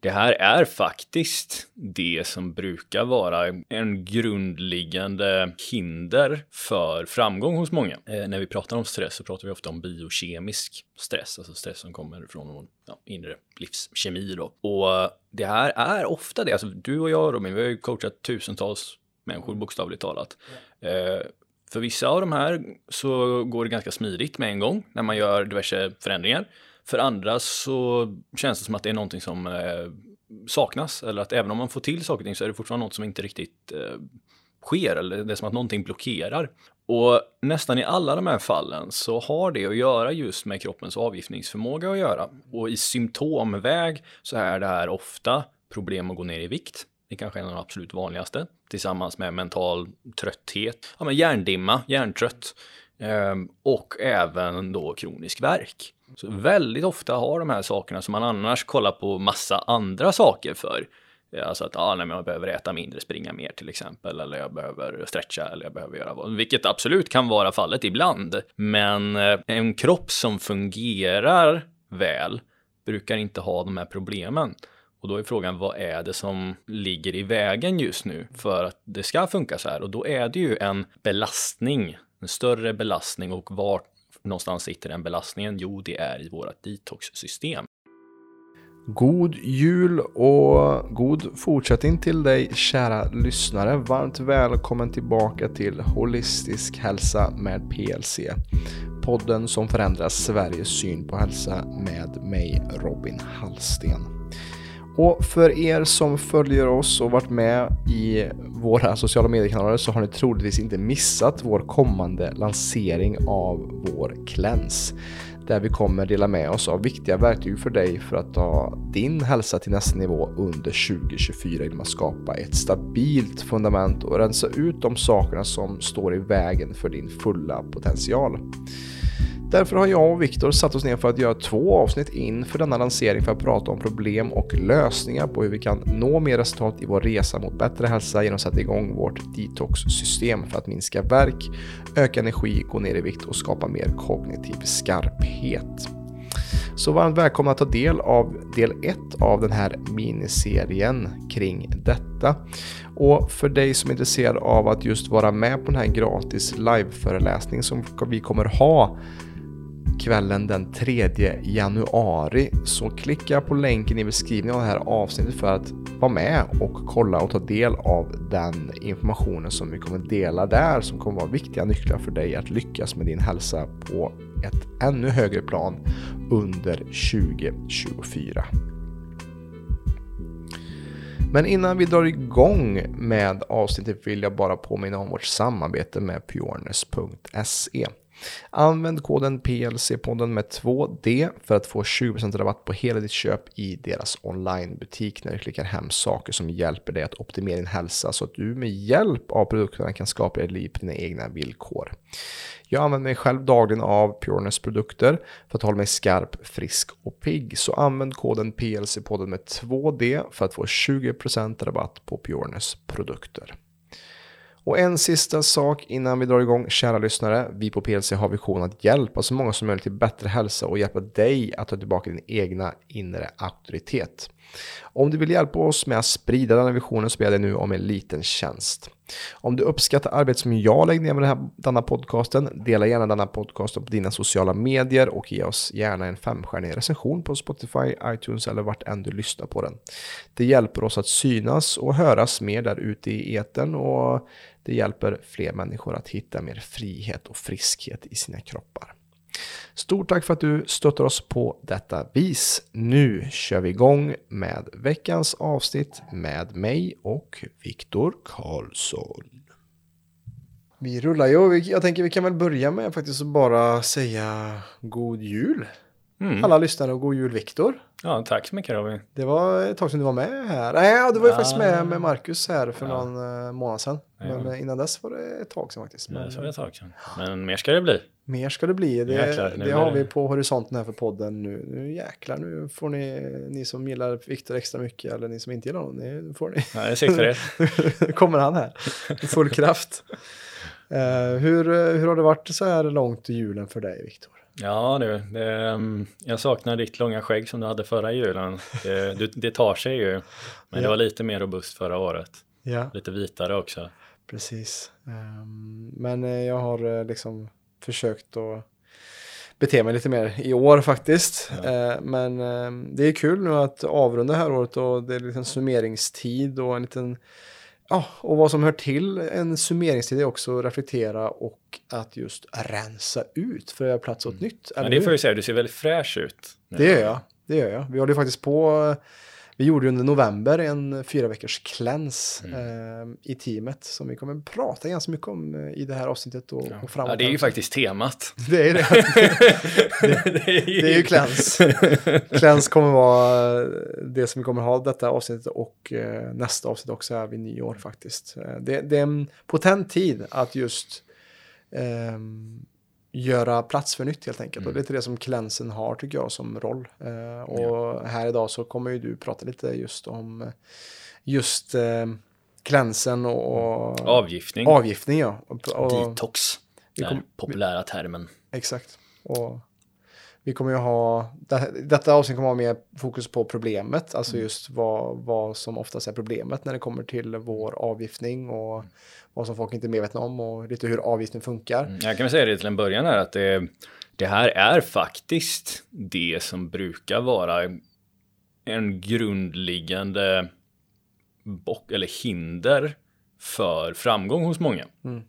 Det här är faktiskt det som brukar vara en grundliggande hinder för framgång hos många. När vi pratar om stress så pratar vi ofta om biokemisk stress, alltså stress som kommer från någon inre livskemi då. Och det här är ofta det, alltså du och jag, Robin, vi har ju coachat tusentals människor bokstavligt talat. För vissa av de här så går det ganska smidigt med en gång när man gör diverse förändringar. För andra så känns det som att det är någonting som saknas. Eller att även om man får till saker och ting så är det fortfarande något som inte riktigt sker. Eller det är som att någonting blockerar. Och nästan i alla de här fallen så har det att göra just med kroppens avgiftningsförmåga att göra. Och i symptomväg så är det här ofta problem att gå ner i vikt. Det kanske är en av de absolut vanligaste. Tillsammans med mental trötthet, hjärndimma, hjärntrött och även då kronisk värk. Så väldigt ofta har de här sakerna som man annars kollar på massa andra saker för. Alltså att jag behöver äta mindre, springa mer till exempel. Eller jag behöver stretcha eller jag behöver göra vilket absolut kan vara fallet ibland. Men en kropp som fungerar väl brukar inte ha de här problemen. Och då är frågan, vad är det som ligger i vägen just nu för att det ska funka så här? Och då är det ju en belastning, en större belastning. Och var någonstans sitter den belastningen? Jo, det är i vårt detox-system. God jul och god fortsättning till dig, kära lyssnare. Varmt välkommen tillbaka till Holistisk hälsa med PLC. Podden som förändrar Sveriges syn på hälsa med mig, Robin Hallsten. Och för er som följer oss och varit med i våra sociala mediekanaler så har ni troligtvis inte missat vår kommande lansering av vår Cleanse. Där vi kommer dela med oss av viktiga verktyg för dig för att ta din hälsa till nästa nivå under 2024 genom att skapa ett stabilt fundament och rensa ut de sakerna som står i vägen för din fulla potential. Därför har jag och Viktor satt oss ner för att göra 2 avsnitt in för denna lansering för att prata om problem och lösningar på hur vi kan nå mer resultat i vår resa mot bättre hälsa genom att sätta igång vårt detox-system för att minska värk, öka energi, gå ner i vikt och skapa mer kognitiv skarphet. Så varmt välkomna att ta del av del 1 av den här miniserien kring detta. Och för dig som är intresserad av att just vara med på den här gratis liveföreläsningen som vi kommer ha kvällen den 3 januari, så klicka på länken i beskrivningen av det här avsnittet för att vara med och kolla och ta del av den informationen som vi kommer dela där, som kommer vara viktiga nycklar för dig att lyckas med din hälsa på ett ännu högre plan under 2024. Men innan vi drar igång med avsnittet vill jag bara påminna om vårt samarbete med pureness.se. Använd koden PLC-podden med 2D för att få 20% rabatt på hela ditt köp i deras onlinebutik när du klickar hem saker som hjälper dig att optimera din hälsa så att du med hjälp av produkterna kan skapa ett liv på dina egna villkor. Jag använder mig själv dagligen av Pureness produkter för att hålla mig skarp, frisk och pigg. Så använd koden PLC-podden med 2D för att få 20% rabatt på Pureness produkter. Och en sista sak innan vi drar igång, kära lyssnare. Vi på PLC har vision att hjälpa så många som möjligt till bättre hälsa och hjälpa dig att ta tillbaka din egna inre auktoritet. Om du vill hjälpa oss med att sprida den här visionen så ber jag dig nu om en liten tjänst. Om du uppskattar arbetet som jag lägger ner med denna podcasten, dela gärna denna podcasten på dina sociala medier och ge oss gärna en 5-stjärnig recension på Spotify, iTunes eller vart än du lyssnar på den. Det hjälper oss att synas och höras mer där ute i etern och det hjälper fler människor att hitta mer frihet och friskhet i sina kroppar. Stort tack för att du stöttar oss på detta vis. Nu kör vi igång med veckans avsnitt med mig och Viktor Karlsson. Vi rullar ju och jag tänker vi kan väl börja med faktiskt att bara säga god jul. Alla lyssnare och god jul Viktor. Ja, tack så mycket Robin. Det var ett tag sedan du var med här. Nej, du var ju faktiskt med Marcus här för någon månad sedan. Men innan dess var det ett tag sedan faktiskt. Men, det var ett tag sedan. Men mer ska det bli. Mer ska det bli. Det har vi på horisonten här för podden nu. Nu jäklar, nu får ni som gillar Viktor extra mycket eller ni som inte gillar honom, nu får ni. Ja, jag siktar det. Nu kommer han här i full kraft. Hur har det varit så här långt i julen för dig Viktor? Ja du, jag saknar ditt långa skägg som du hade förra julen. Det tar sig ju, men det var lite mer robust förra året. Ja, Lite vitare också. precis. Men jag har liksom försökt att bete mig lite mer i år faktiskt. Ja. Men det är kul nu att avrunda det här året och det är liksom summeringstid och en liten... Ja, och vad som hör till en summeringstid är också att reflektera och att just rensa ut för att göra plats åt nytt. Men det får jag säga, du ser väldigt fräsch ut. Det gör jag. Vi håller faktiskt på... Vi gjorde under november en 4 veckors cleanse i teamet som vi kommer prata ganska mycket om i det här avsnittet och framåt. Ja, det är ju faktiskt temat. Det är det. Det är ju cleanse. Cleanse kommer vara det som vi kommer ha detta avsnittet och nästa avsnitt också är vid nyår faktiskt. Det är en potent tid att just göra plats för nytt helt enkelt. Och det är det som cleansen har tycker jag som roll. Och här idag så kommer ju du prata lite just om just cleansen och Avgiftning. Avgiftning, ja. Och Detox, den populära termen. Exakt. Och vi kommer ju ha, detta avsnitt kommer ha mer fokus på problemet, alltså just vad som oftast är problemet när det kommer till vår avgiftning och vad som folk inte är medvetna om och lite hur avgiften funkar. Jag kan väl säga det till en början här att det här är faktiskt det som brukar vara en grundliggande eller hinder för framgång hos många.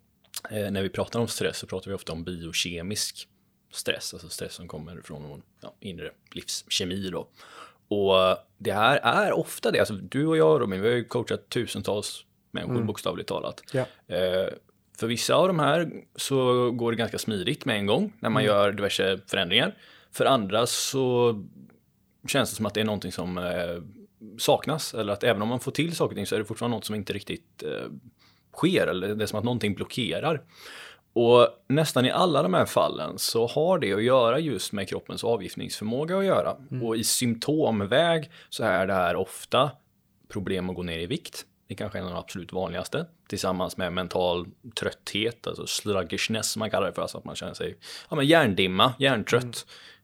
När vi pratar om stress så pratar vi ofta om biokemisk stress, alltså stress som kommer från någon inre livskemi då. Och det här är ofta det, alltså du och jag Robin, vi har ju coachat tusentals människor bokstavligt talat. Ja. För vissa av de här så går det ganska smidigt med en gång när man gör diverse förändringar. För andra så känns det som att det är någonting som saknas, eller att även om man får till saker och ting så är det fortfarande något som inte riktigt sker, eller det är som att någonting blockerar. Och nästan i alla de här fallen så har det att göra just med kroppens avgiftningsförmåga att göra. Och i symptomväg så är det här ofta problem att gå ner i vikt. Det kanske är en av de absolut vanligaste. Tillsammans med mental trötthet, alltså sluggishness man kallar det för. Alltså att man känner sig hjärndimma, hjärntrött.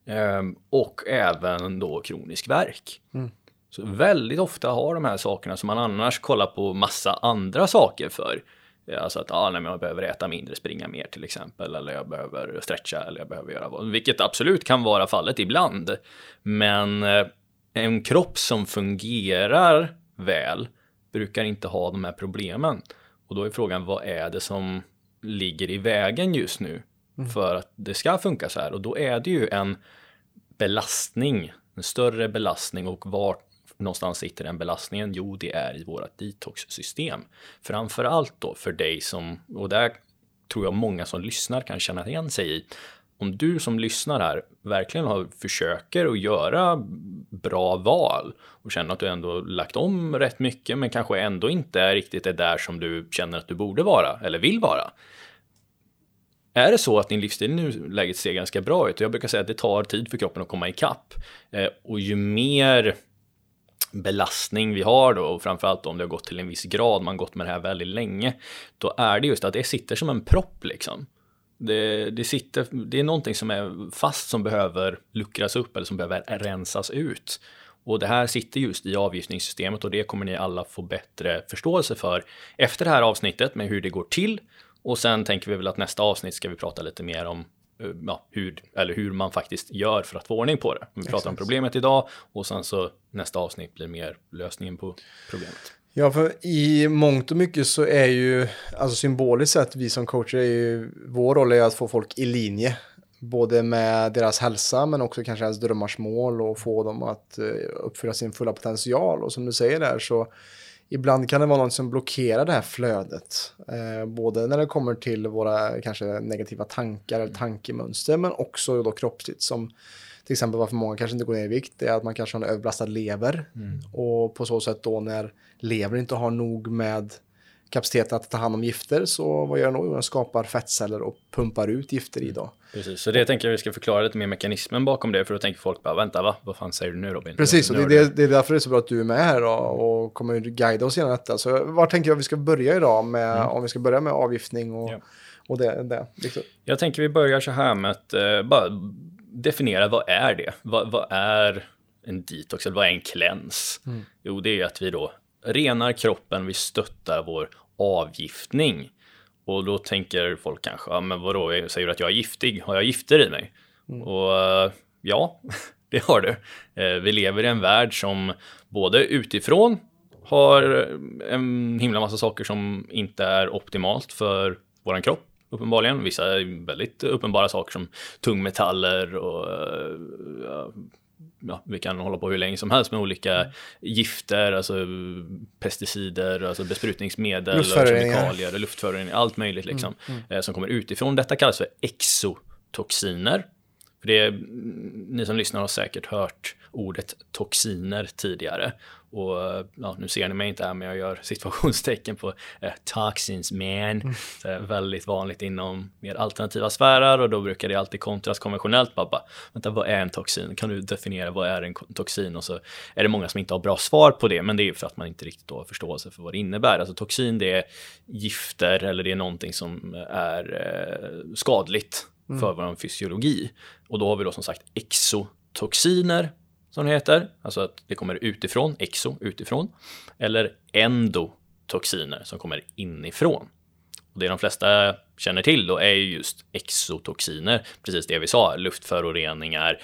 Och även då kronisk värk. Så väldigt ofta har de här sakerna som man annars kollar på massa andra saker för. Alltså att jag behöver äta mindre, springa mer till exempel. Eller jag behöver stretcha eller jag behöver göra vad. Vilket absolut kan vara fallet ibland. Men en kropp som fungerar väl brukar inte ha de här problemen. Och då är frågan, vad är det som ligger i vägen just nu för att det ska funka så här? Och då är det ju en belastning, en större belastning. Och var någonstans sitter den belastningen? Jo, det är i vårt detox-system. Framförallt då för dig som, och där tror jag många som lyssnar kan känna igen sig i. Om du som lyssnar här verkligen försöker att göra bra val och känner att du ändå lagt om rätt mycket men kanske ändå inte riktigt är där som du känner att du borde vara eller vill vara. Är det så att din livsstil nu läget ser ganska bra ut, och jag brukar säga att det tar tid för kroppen att komma ikapp, och ju mer belastning vi har då, och framförallt om det har gått till en viss grad, man gått med det här väldigt länge, då är det just att det sitter som en propp liksom. Det är någonting som är fast som behöver luckras upp eller som behöver rensas ut. Och det här sitter just i avgiftningssystemet, och det kommer ni alla få bättre förståelse för efter det här avsnittet med hur det går till. Och sen tänker vi väl att nästa avsnitt ska vi prata lite mer om hur man faktiskt gör för att få ordning på det. Vi pratar om problemet idag, och sen så nästa avsnitt blir mer lösningen på problemet. Ja, för i mångt och mycket så är ju, alltså symboliskt sett, vi som coacher är ju, vår roll är att få folk i linje. Både med deras hälsa men också kanske deras drömmars mål, och få dem att uppfylla sin fulla potential. Och som du säger där, så ibland kan det vara något som blockerar det här flödet. Både när det kommer till våra kanske negativa tankar eller tankemönster, men också då kroppsligt, som till exempel varför många kanske inte går ner i vikt är att man kanske har en överbelastad lever. Och på så sätt då, när lever inte har nog med kapacitet att ta hand om gifter, så vad gör den då? Den skapar fettceller och pumpar ut gifter i då. Precis, så det tänker jag vi ska förklara lite mer mekanismen bakom det, för då tänker folk bara, vänta vad fan säger du nu Robin? Precis, och det är därför det är så bra att du är med här då, och kommer guida oss genom detta. Så var tänker jag vi ska börja idag med, om vi ska börja med avgiftning och det. Victor? Jag tänker vi börjar så här med att bara definiera vad är det? Vad är en detox eller vad är en cleanse? Jo, det är ju att vi då renar kroppen, vi stöttar vår avgiftning. Och då tänker folk kanske, ja men vadå, säger du att jag är giftig? Har jag gifter i mig? Och ja, det har du. Vi lever i en värld som både utifrån har en himla massa saker som inte är optimalt för våran kropp. Uppenbarligen. Vissa väldigt uppenbara saker som tungmetaller och vi kan hålla på hur länge som helst med olika gifter, alltså pesticider, alltså besprutningsmedel, kemikalier, luftföroreningar, allt möjligt liksom, som kommer utifrån. Detta kallas för exotoxiner. För det är, ni som lyssnar har säkert hört ordet toxiner tidigare. Och nu ser ni mig inte här, men jag gör situationstecken på toxins man. Så är väldigt vanligt inom mer alternativa sfärer, och då brukar det alltid kontras konventionellt. Bara, vänta, vad är en toxin? Kan du definiera vad är en toxin? Och så är det många som inte har bra svar på det, men det är för att man inte riktigt har förståelse för vad det innebär. Alltså toxin, det är gifter eller det är någonting som är skadligt för vår fysiologi. Och då har vi då som sagt exotoxiner som det heter, alltså att det kommer utifrån, utifrån, eller endotoxiner som kommer inifrån. Och det de flesta känner till då är just exotoxiner, precis det vi sa, luftföroreningar,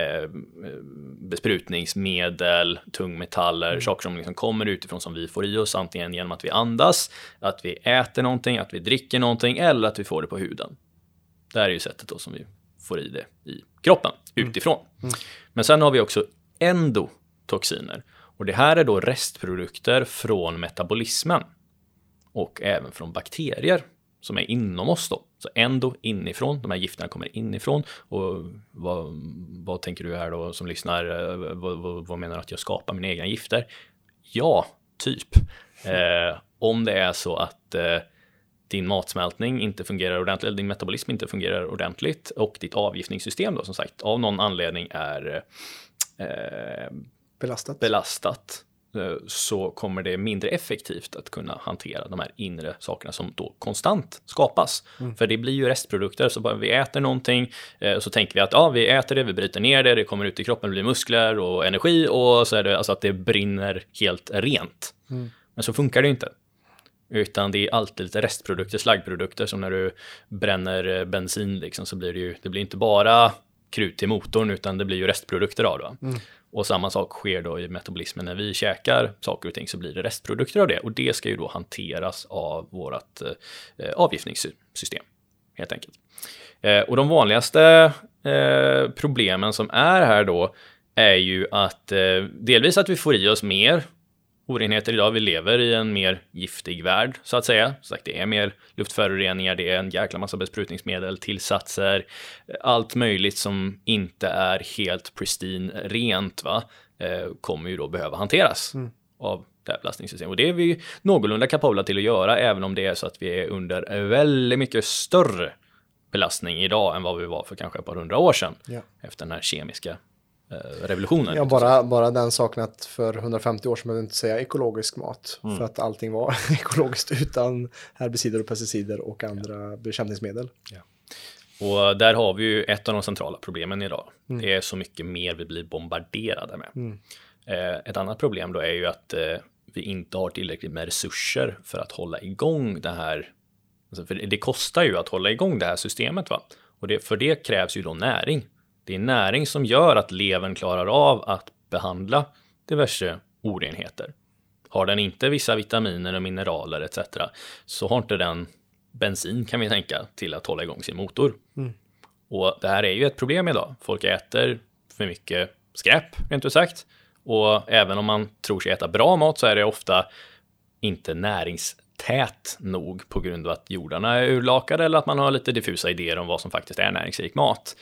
besprutningsmedel, tungmetaller, saker som liksom kommer utifrån som vi får i oss, antingen genom att vi andas, att vi äter någonting, att vi dricker någonting eller att vi får det på huden. Det här är ju sättet då som vi får i det i kroppen, utifrån. Men sen har vi också endotoxiner. Och det här är då restprodukter från metabolismen. Och även från bakterier som är inom oss då. Så endo inifrån, de här gifterna kommer inifrån. Och vad tänker du här då som lyssnar? Vad menar du att jag skapar mina egna gifter? Ja, typ. Om det är så att din matsmältning inte fungerar ordentligt, eller din metabolism inte fungerar ordentligt, och ditt avgiftningssystem då som sagt av någon anledning är belastat, så kommer det mindre effektivt att kunna hantera de här inre sakerna som då konstant skapas. För det blir ju restprodukter, så bara vi äter någonting så tänker vi att vi äter det, vi bryter ner det kommer ut i kroppen, det blir muskler och energi, och så är det alltså att det brinner helt rent. Men så funkar det inte. Utan det är alltid lite restprodukter, slaggprodukter, som när du bränner bensin liksom, så blir det blir inte bara krut till motorn, utan det blir ju restprodukter av det. Och samma sak sker då i metabolismen. När vi käkar saker och ting så blir det restprodukter av det, och det ska ju då hanteras av vårt avgiftningssystem helt enkelt. Och de vanligaste problemen som är här då är ju att delvis att vi får i oss mer orenheter idag. Vi lever i en mer giftig värld så att säga. Så det är mer luftföroreningar, det är en jäkla massa besprutningsmedel, tillsatser, allt möjligt som inte är helt pristine rent kommer ju då behöva hanteras av det här belastningssystemet. Och det är vi någorlunda kapabla till att göra, även om det är så att vi är under väldigt mycket större belastning idag än vad vi var för kanske ett par 100 år sedan efter den här kemiska revolutionen. Ja, bara den saken att för 150 år sedan behövde inte säga ekologisk mat, för att allting var ekologiskt utan herbicider och pesticider och andra bekämpningsmedel. Ja. Och där har vi ju ett av de centrala problemen idag. Det är så mycket mer vi blir bombarderade med. Ett annat problem då är ju att vi inte har tillräckligt med resurser för att hålla igång det här. Alltså, för det kostar ju att hålla igång det här systemet och för det krävs ju då näring. Det är näring som gör att levern klarar av att behandla diverse orenheter. Har den inte vissa vitaminer och mineraler etc. så har inte den bensin, kan vi tänka, till att hålla igång sin motor. Och det här är ju ett problem idag. Folk äter för mycket skräp, rent ut sagt. Och även om man tror sig äta bra mat så är det ofta inte näringstät nog på grund av att jordarna är urlakade eller att man har lite diffusa idéer om vad som faktiskt är näringsrik mat.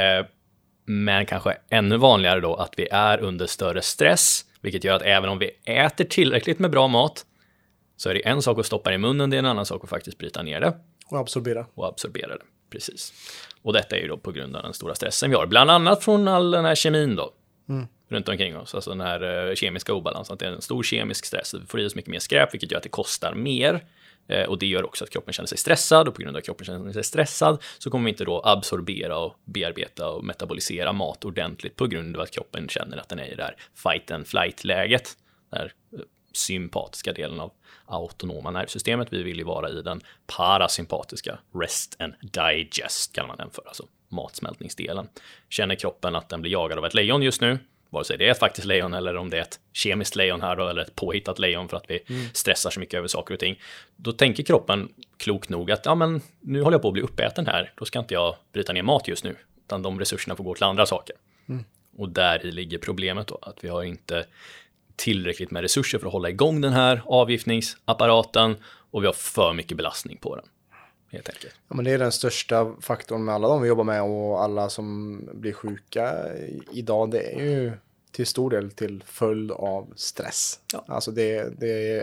Men kanske ännu vanligare då att vi är under större stress, vilket gör att även om vi äter tillräckligt med bra mat så är det en sak att stoppa i munnen, det är en annan sak att faktiskt bryta ner det. Och absorbera det, precis. Och detta är ju då på grund av den stora stressen vi har, bland annat från all den här kemin då. Runt omkring oss, alltså den här kemiska obalansen, att det är en stor kemisk stress, vi får i oss mycket mer skräp, vilket gör att det kostar mer Och det gör också att kroppen känner sig stressad, och på grund av att kroppen känner sig stressad så kommer vi inte då absorbera och bearbeta och metabolisera mat ordentligt på grund av att kroppen känner att den är i det här fight and flight-läget. Den sympatiska delen av autonoma nervsystemet. Vi vill ju vara i den parasympatiska rest and digest kallar man den för, alltså matsmältningsdelen. Känner kroppen att den blir jagad av ett lejon just nu, vare sig det är ett faktiskt lejon eller om det är ett kemiskt lejon här då, eller ett påhittat lejon för att vi stressar så mycket över saker och ting. Då tänker kroppen klokt nog att ja, men nu håller jag på att bli uppäten här, då ska inte jag bryta ner mat just nu, utan de resurserna får gå till andra saker. Och där i ligger problemet då, att vi har inte tillräckligt med resurser för att hålla igång den här avgiftningsapparaten, och vi har för mycket belastning på den. Helt enkelt. Ja, men det är den största faktorn med alla de vi jobbar med och alla som blir sjuka idag. Det är ju till stor del till följd av stress. Ja. Alltså det är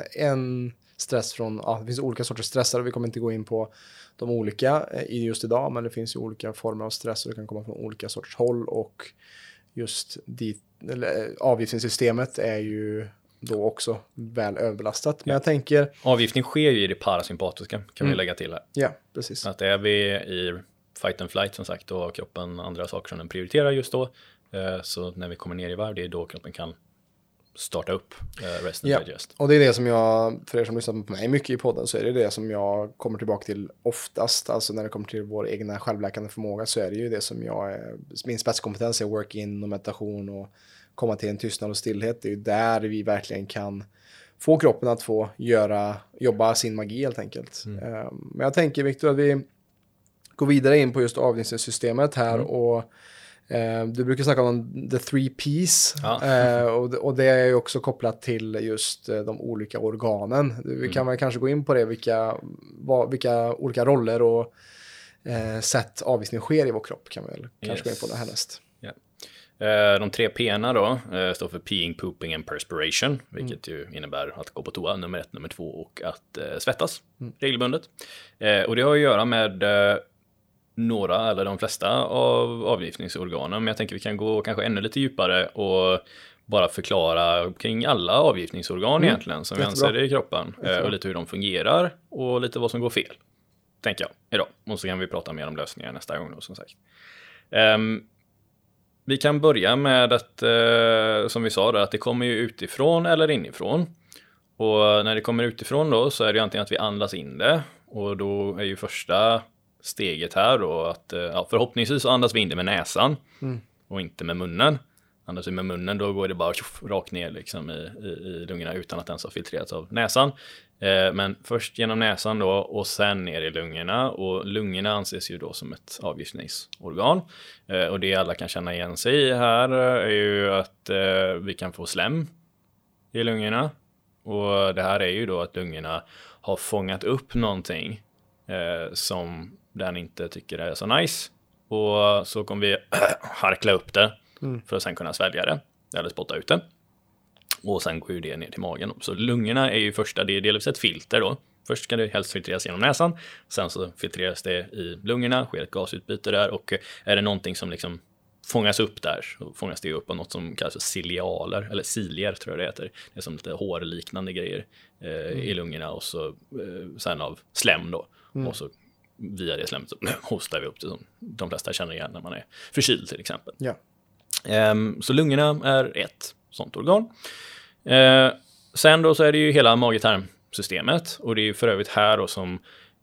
en stress från, det finns olika sorters stressar, vi kommer inte gå in på de olika i just idag, men det finns ju olika former av stress och det kan komma från olika sorters håll, och just avgiftningssystemet är ju då också väl överbelastat. Men jag tänker... Avgiftning sker ju i det parasympatiska, kan vi lägga till här. Ja, precis. Att är vi i fight and flight som sagt, då har kroppen andra saker som den prioriterar just då. Så när vi kommer ner i varv, det är då kroppen kan starta upp rest and digest. Och det är det som jag, för er som lyssnar på mig mycket i podden, så är det som jag kommer tillbaka till oftast. Alltså när det kommer till vår egna självläkande förmåga, så är det ju det som min spetskompetens är work-in och meditation och komma till en tystnad och stillhet. Det är ju där vi verkligen kan få kroppen att få jobba sin magi helt enkelt. Men jag tänker, Victor, att vi går vidare in på just avgiftningssystemet här och du brukar snacka om the 3 P's och det är ju också kopplat till just de olika organen. Vi kan väl kanske gå in på det, vilka olika roller och sätt avgiftning sker i vår kropp, kan vi väl kanske gå in på det härnäst. De 3 P:na då står för peeing, pooping and perspiration, vilket ju innebär att gå på toa, nummer 1, nummer 2, och att svettas regelbundet. Och det har att göra med några eller de flesta av avgiftningsorganen, men jag tänker vi kan gå kanske ännu lite djupare och bara förklara kring alla avgiftningsorgan egentligen som vi anser i kroppen, och lite hur de fungerar och lite vad som går fel, tänker jag, idag. Och så kan vi prata mer om lösningar nästa gång då, som sagt. Vi kan börja med att, som vi sa, att det kommer ju utifrån eller inifrån. Och när det kommer utifrån då, så är det antingen att vi andas in det, och då är ju första steget här då att förhoppningsvis andas vi in det med näsan och inte med munnen. Andas vi med munnen, då går det bara rakt ner liksom i lungorna utan att ens ha filtrerats av näsan. Men först genom näsan då, och sen ner i lungorna. Och lungorna anses ju då som ett avgiftningsorgan. Och det alla kan känna igen sig i här är ju att vi kan få slem i lungorna. Och det här är ju då att lungorna har fångat upp någonting som den inte tycker är så nice. Och så kommer vi harkla upp det för att sen kunna svälja det eller spotta ut det. Och sen går ju det ner till magen. Så lungorna är ju första, det är delvis ett filter då. Först ska det helst filtreras genom näsan. Sen så filtreras det i lungorna, sker ett gasutbyte där. Och är det någonting som liksom fångas upp där, så fångas det upp av något som kallas för cilialer, eller cilier tror jag det heter. Det är som lite hårliknande grejer i lungorna, och så sen av slem då. Och så via det slemmet så hostar vi upp det, som de flesta känner igen när man är förkyld till exempel. Ja. Så lungorna är ett sånt organ. Sen då så är det ju hela mage-tarmsystemet, och det är ju för övrigt här då som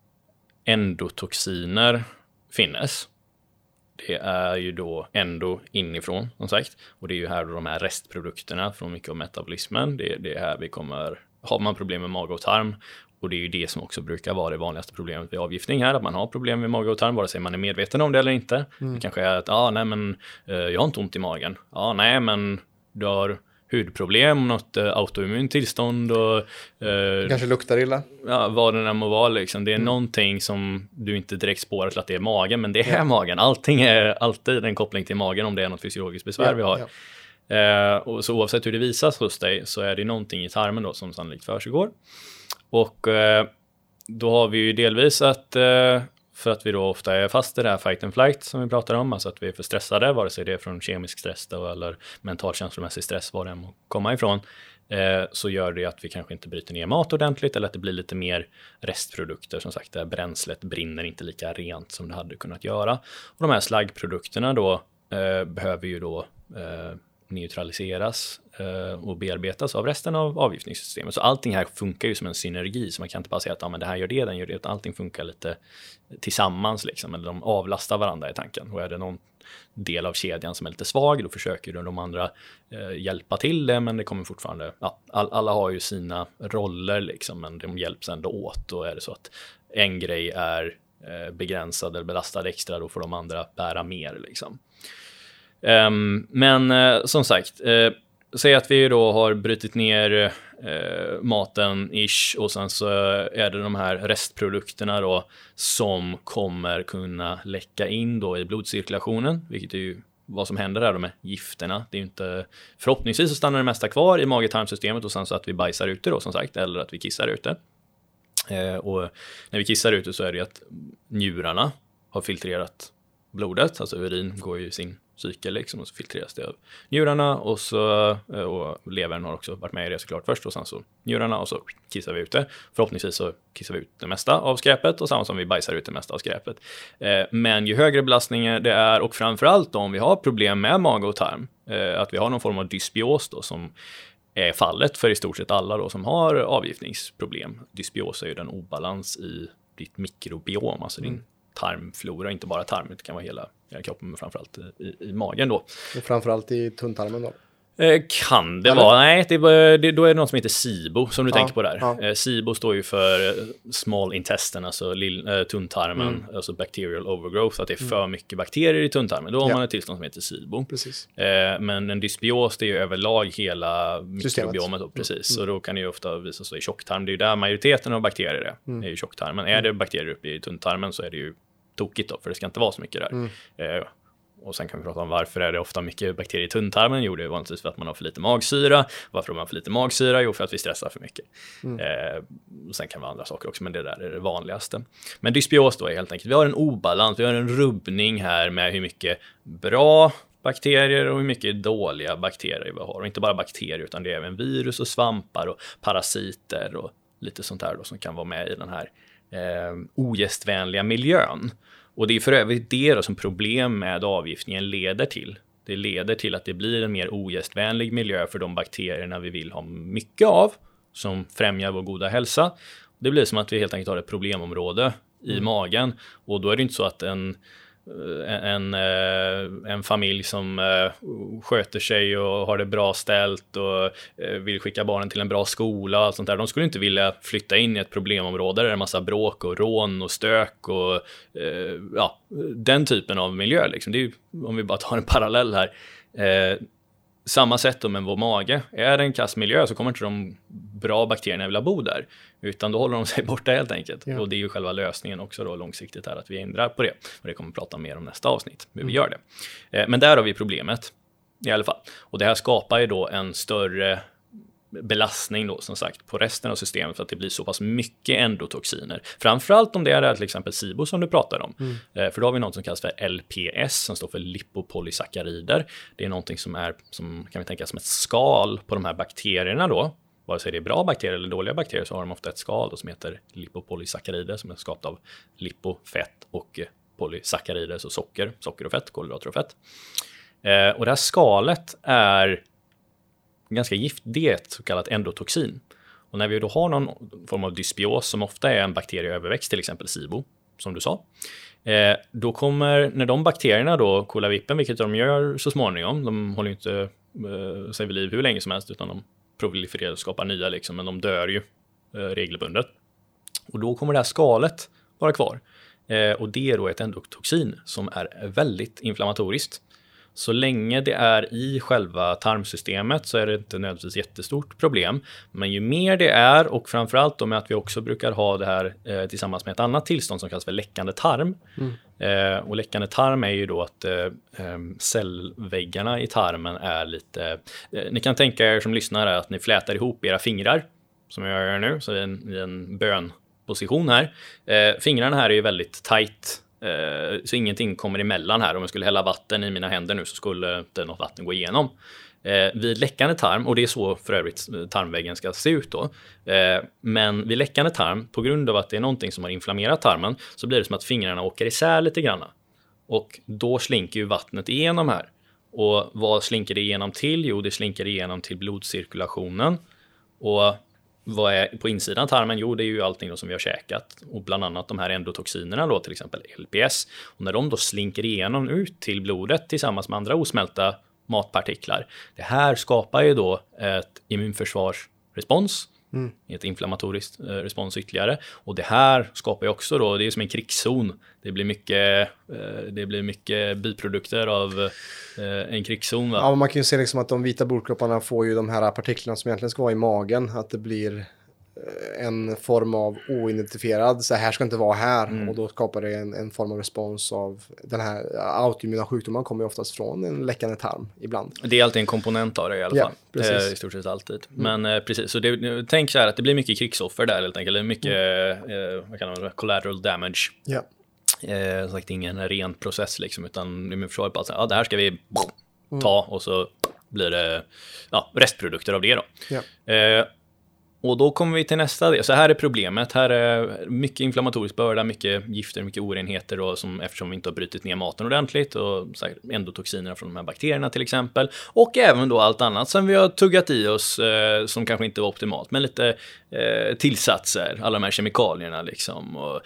endotoxiner finnes. Det är ju då endo inifrån, som sagt. Och det är ju här då de här restprodukterna från mycket av metabolismen. Det är här vi kommer, har man problem med mage och tarm. Och det är ju det som också brukar vara det vanligaste problemet vid avgiftning här. Att man har problem med mage och tarm, vare sig man är medveten om det eller inte. Det kanske är att, jag har inte ont i magen. Men du har hudproblem, något autoimmun tillstånd och kanske luktar illa. Ja, vad det än må vara liksom. Det är någonting som du inte direkt spårar till att det är magen, men det är magen. Allting är alltid en koppling till magen om det är något fysiologiskt besvär vi har. Och så oavsett hur det visas hos dig, så är det någonting i tarmen då som sannolikt försiggår. Och då har vi ju delvis att för att vi då ofta är fast i det här fight and flight som vi pratar om, alltså att vi är för stressade, vare sig det är från kemisk stress då, eller mental känslomässig stress, var det må komma ifrån. så gör det att vi kanske inte bryter ner mat ordentligt eller att det blir lite mer restprodukter, som sagt, där bränslet brinner inte lika rent som det hade kunnat göra. Och de här slaggprodukterna då behöver ju då neutraliseras och bearbetas av resten av avgiftningssystemet. Så allting här funkar ju som en synergi, så man kan inte bara säga att men det här gör det, den gör det, utan allting funkar lite tillsammans liksom, eller de avlastar varandra i tanken. Och är det någon del av kedjan som är lite svag, då försöker de andra hjälpa till det, men det kommer fortfarande, alla har ju sina roller liksom, men de hjälps ändå åt. Och är det så att en grej är begränsad eller belastad extra, då får de andra bära mer liksom. Men som sagt, säg att vi då har brutit ner maten ish, och sen så är det de här restprodukterna då som kommer kunna läcka in då i blodcirkulationen, vilket är ju vad som händer där då med gifterna. Det är ju inte, förhoppningsvis så stannar det mesta kvar i mage-tarmsystemet, och sen så att vi bajsar ut det då, som sagt, eller att vi kissar ut det. Och när vi kissar ut det så är det ju att njurarna har filtrerat blodet, alltså urin går ju sin cykel liksom, och så filtreras det av njurarna, och levern har också varit med i det såklart först, och sen så njurarna, och så kissar vi ut det. Förhoppningsvis så kissar vi ut det mesta av skräpet, och samma som vi bajsar ut det mesta av skräpet. Men ju högre belastningar det är, och framförallt om vi har problem med mage och tarm, att vi har någon form av dysbios då, som är fallet för i stort sett alla då som har avgiftningsproblem. Dysbios är ju den obalans i ditt mikrobiom, alltså din tarmflora, inte bara tarmen, det kan vara hela kroppen, men framförallt i magen då. Och framförallt i tunntarmen då? Kan det vara? Nej, då är det något som heter SIBO som du tänker på där. Ja. SIBO står ju för small intestine, alltså tunntarmen, alltså bacterial overgrowth, att det är för mycket bakterier i tunntarmen. Då har man ett tillstånd som heter SIBO. Precis. Men en dysbios, det är ju överlag hela mikrobiomet då, precis. Och då kan det ju ofta visa sig i tjocktarm. Det är ju där majoriteten av bakterier är ju tjocktarmen. Är det bakterier uppe i tunntarmen så är det ju tokigt då, för det ska inte vara så mycket där. Och sen kan vi prata om varför är det ofta mycket bakterier i tunntarmen. Jo, det är vanligtvis för att man har för lite magsyra. Varför har man för lite magsyra? Jo, för att vi stressar för mycket. Och sen kan det vara andra saker också, men det där är det vanligaste. Men dysbios då är helt enkelt, vi har en obalans, vi har en rubbning här med hur mycket bra bakterier och hur mycket dåliga bakterier vi har. Och inte bara bakterier, utan det är även virus och svampar och parasiter och lite sånt där då, som kan vara med i den här ogästvänliga miljön. Och det är för övrigt det då som problem med avgiftningen leder till. Det leder till att det blir en mer ogästvänlig miljö för de bakterierna vi vill ha mycket av, som främjar vår goda hälsa. Det blir som att vi helt enkelt har ett problemområde i magen, och då är det inte så att en familj som sköter sig och har det bra ställt och vill skicka barnen till en bra skola och allt sånt där, de skulle inte vilja flytta in i ett problemområde där det är en massa bråk och rån och stök och den typen av miljö liksom. Det är ju, om vi bara tar en parallell här, samma sätt med vår mage. Är det en kass miljö så kommer inte de bra bakterierna vilja bo där, utan då håller de sig borta helt enkelt. Ja. Och det är ju själva lösningen också då långsiktigt här, att vi ändrar på det. Och det kommer vi prata mer om nästa avsnitt, hur vi gör det. Men där har vi problemet i alla fall. Och det här skapar ju då en större belastning då, som sagt, på resten av systemet, för att det blir så pass mycket endotoxiner. Framförallt om det är till exempel SIBO som du pratar om. För då har vi något som kallas för LPS, som står för lipopolysackarider. Det är någonting som är, som kan vi tänka som ett skal på de här bakterierna då. Vare sig det är bra bakterier eller dåliga bakterier, så har de ofta ett skal då, som heter lipopolysackarider, som är skapat av lipofett och polysackarider, så socker och fett, kolhydrater och fett. Och det här skalet är ganska gift, det är ett så kallat endotoxin. Och när vi då har någon form av dysbios, som ofta är en bakterieöverväxt, till exempel SIBO, som du sa, då kommer, när de bakterierna då kolar vippen, vilket de gör så småningom, de håller ju inte sig vid liv hur länge som helst, utan de prolifererar och skapar nya liksom, men de dör ju regelbundet. Och då kommer det här skalet vara kvar. Och det är då ett endotoxin som är väldigt inflammatoriskt. Så länge det är i själva tarmsystemet så är det inte nödvändigtvis jättestort problem. Men ju mer det är, och framförallt då med att vi också brukar ha det här tillsammans med ett annat tillstånd som kallas för läckande tarm. Och läckande tarm är ju då att cellväggarna i tarmen är lite... ni kan tänka er som lyssnare att ni flätar ihop era fingrar, som jag gör nu, så i en bönposition här. Fingrarna här är ju väldigt tajt. Så ingenting kommer emellan här. Om jag skulle hälla vatten i mina händer nu så skulle inte något vatten gå igenom. Vid läckande tarm, och det är så för övrigt tarmväggen ska se ut då, men vid läckande tarm, på grund av att det är någonting som har inflammerat tarmen, så blir det som att fingrarna åker isär lite grann. Och då slinker ju vattnet igenom här. Och vad slinker det igenom till? Jo, det slinker igenom till blodcirkulationen. Och vad är på insidan av tarmen? Jo, det är ju allting då som vi har käkat. Och bland annat de här endotoxinerna då, till exempel LPS. Och när de då slinker igenom ut till blodet tillsammans med andra osmälta matpartiklar. Det här skapar ju då ett immunförsvarsrespons. Ett inflammatoriskt respons ytterligare. Och det här skapar ju också då, det är som en krigszon. Det blir mycket biprodukter av en krigszon. Va? Ja, man kan ju se liksom att de vita blodkropparna får ju de här partiklarna som egentligen ska vara i magen. Att det blir en form av oidentifierad, så här ska inte vara här. Och då skapar det en form av respons av den här autoimmuna sjukdomen kommer ju oftast från en läckande tarm ibland. Det är alltid en komponent av det i alla fall. I stort sett alltid. Men precis, så tänk så här att det blir mycket krigsoffer där helt enkelt. Mycket vad kan man säga, collateral damage. Ja. Sagt, ingen ren process liksom, utan immunförsvaret bara så, det här ska vi ta, och så blir det restprodukter av det då. Ja. Och då kommer vi till nästa del. Så här är problemet. Här är mycket inflammatorisk börda, mycket gifter, mycket orenheter då, eftersom vi inte har brutit ner maten ordentligt, och så här, endotoxinerna från de här bakterierna till exempel. Och även då allt annat som vi har tuggat i oss som kanske inte var optimalt, men lite tillsatser, alla de här kemikalierna liksom, och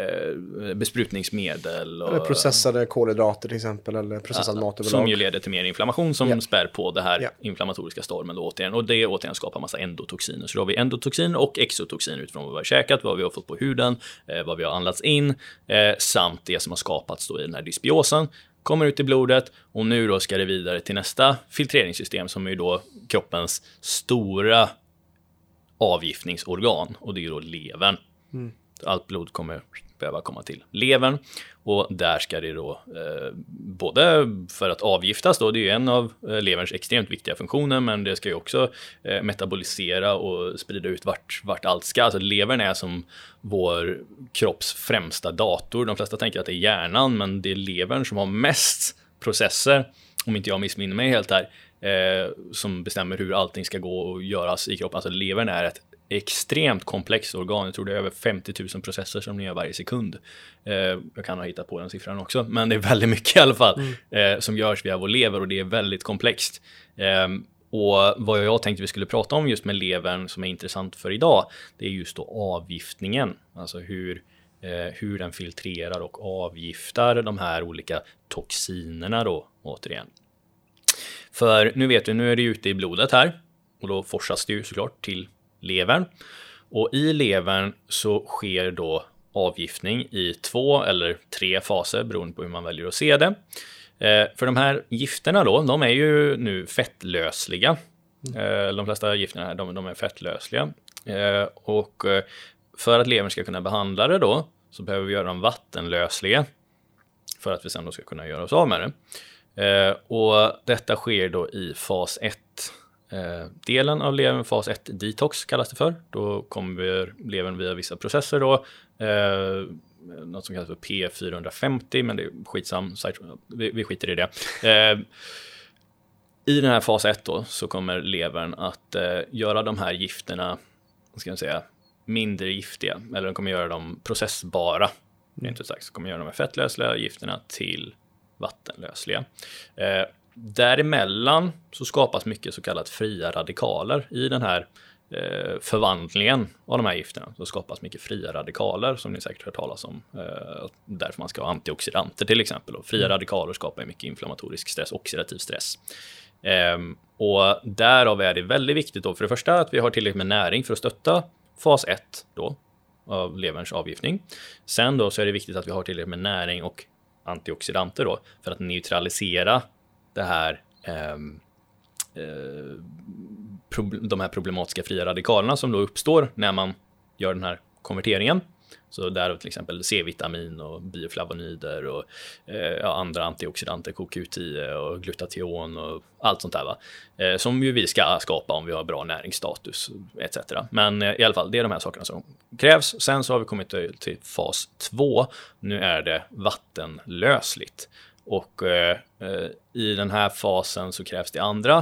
besprutningsmedel. Och, eller processade kolhydrater till exempel, eller processad mat överlag. Som ju leder till mer inflammation som spär på det här inflammatoriska stormen då, återigen. Och det återigen skapar massa endotoxiner. Så då har vi endotoxin och exotoxin utifrån vad vi har käkat, vad vi har fått på huden, vad vi har andats in, samt det som har skapats då i den här dysbiosen. Kommer ut i blodet, och nu då ska det vidare till nästa filtreringssystem som är då kroppens stora avgiftningsorgan, och det är ju då levern. Allt blod kommer behöva komma till levern, och där ska det då både för att avgiftas då, det är ju en av leverns extremt viktiga funktioner, men det ska ju också metabolisera och sprida ut vart allt ska. Alltså levern är som vår kropps främsta dator. De flesta tänker att det är hjärnan, men det är levern som har mest processer, om inte jag missminner mig helt här, som bestämmer hur allting ska gå och göras i kroppen. Alltså levern är ett extremt komplext organ. Jag tror det är över 50 000 processer som ni gör varje sekund. Jag kan ha hittat på den siffran också, men det är väldigt mycket i alla fall som görs via vår lever, och det är väldigt komplext. Och vad jag tänkte vi skulle prata om just med levern som är intressant för idag, det är just då avgiftningen. Alltså hur den filtrerar och avgiftar de här olika toxinerna då, återigen. För nu vet du, nu är det ute i blodet här, och då forsas det ju såklart till levern. Och i levern så sker då avgiftning i 2 eller 3 faser beroende på hur man väljer att se det. För de här gifterna då, de är ju nu fettlösliga. De flesta gifterna här, de är fettlösliga. Och för att levern ska kunna behandla det då, så behöver vi göra dem vattenlösliga för att vi sen då ska kunna göra oss av med det. Och detta sker då i fas 1. Delen av levern, fas 1 detox kallas det för. Då kommer levern via vissa processer då, något som kallas för P450, men det är skitsam, vi skiter i det. I den här fas 1 då, så kommer levern att göra de här gifterna, ska jag säga, mindre giftiga, eller de kommer göra dem processbara. Inte sagt, så kommer göra de här fettlösliga gifterna till vattenlösliga. Däremellan så skapas mycket så kallat fria radikaler. I den här förvandlingen av de här gifterna så skapas mycket fria radikaler, som ni säkert hört talas om. Därför man ska ha antioxidanter till exempel. Och fria radikaler skapar mycket inflammatorisk stress, oxidativ stress. Och därav är det väldigt viktigt då, för det första att vi har tillräckligt med näring för att stötta fas 1 då, av leverns avgiftning. Sen då så är det viktigt att vi har tillräckligt med näring och antioxidanter då, för att neutralisera det här, de här problematiska fria radikalerna som då uppstår när man gör den här konverteringen. Så där till exempel C-vitamin och bioflavonoider och andra antioxidanter, CoQ10 och glutation och allt sånt där, va? Som ju vi ska skapa om vi har bra näringsstatus etc. Men i alla fall, det är de här sakerna som krävs. Sen så har vi kommit till fas 2. Nu är det vattenlösligt. Och i den här fasen så krävs det andra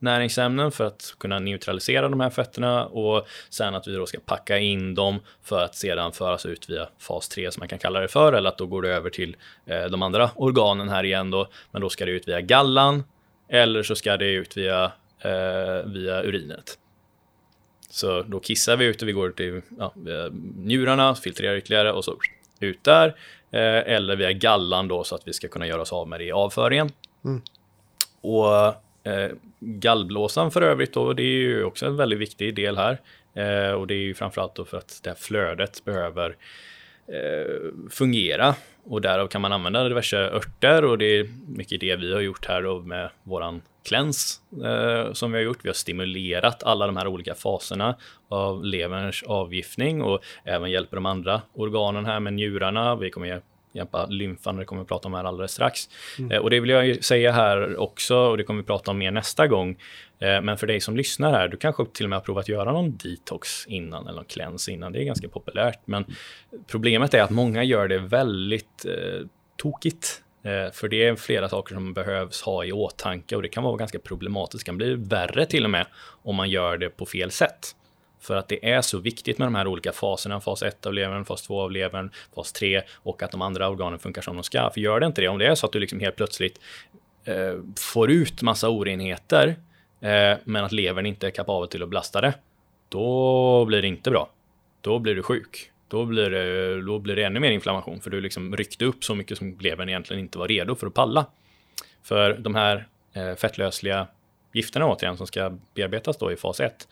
näringsämnen för att kunna neutralisera de här fetterna, och sen att vi då ska packa in dem för att sedan föras ut via fas 3 som man kan kalla det för, eller att då går det över till de andra organen här igen då, men då ska det ut via gallan eller så ska det ut via urinet. Så då kissar vi ut och vi går till njurarna, filtrerar ytterligare och så ut där, eller via gallan då, så att vi ska kunna göra oss av med det i avföringen. Och gallblåsan för övrigt då, det är ju också en väldigt viktig del här, och det är ju framförallt då för att det här flödet behöver fungera, och därav kan man använda diverse örter, och det är mycket det vi har gjort här då med våran cleanse som vi har gjort. Vi har stimulerat alla de här olika faserna av leverns avgiftning och även hjälper de andra organen här med njurarna. Vi kommer hjälpa lymfan, det kommer vi prata om här alldeles strax. Och det vill jag ju säga här också, och det kommer vi prata om mer nästa gång. Men för dig som lyssnar här, du kanske till och med har provat att göra någon detox innan eller någon cleanse innan. Det är ganska populärt, men problemet är att många gör det väldigt tokigt. För det är flera saker som behövs ha i åtanke, och det kan vara ganska problematiskt. Det kan bli värre till och med om man gör det på fel sätt. För att det är så viktigt med de här olika faserna, fas 1 av levern, fas 2 av levern, fas 3, och att de andra organen funkar som de ska. För gör det inte det, om det är så att du liksom helt plötsligt får ut massa orenheter, men att levern inte är kapabel till att belasta det, då blir det inte bra. Då blir du sjuk. Då blir det ännu mer inflammation, för du liksom ryckte upp så mycket som levern egentligen inte var redo för att palla. För de här fettlösliga gifterna återigen som ska bearbetas då i fas 1,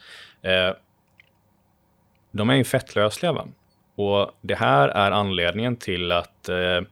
de är ju fettlösliga, va? Och det här är anledningen till att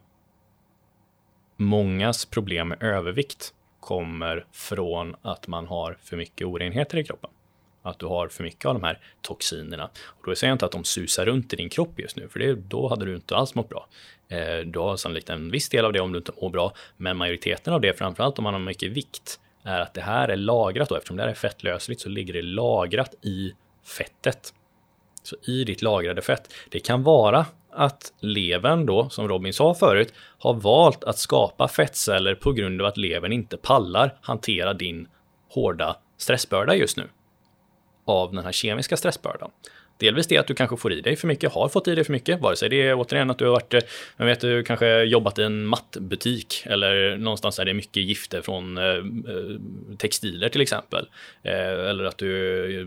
mångas problem med övervikt kommer från att man har för mycket orenheter i kroppen. Att du har för mycket av de här toxinerna. Och då säger jag inte att de susar runt i din kropp just nu, för då hade du inte alls mått bra. Du har sannolikt en viss del av det om du inte mår bra, men majoriteten av det, framförallt om man har mycket vikt, är att det här är lagrat, och eftersom det här är fettlösligt så ligger det lagrat i fettet. Så i ditt lagrade fett. Det kan vara att levern då, som Robin sa förut, har valt att skapa fettceller på grund av att levern inte pallar hantera din hårda stressbörda just nu. Av den här kemiska stressbördan. Delvis det att du kanske får i dig för mycket, har fått i dig för mycket, vare sig det är återigen att du har varit, du kanske jobbat i en mattbutik, eller någonstans där det är mycket gifter från textiler till exempel, eller att du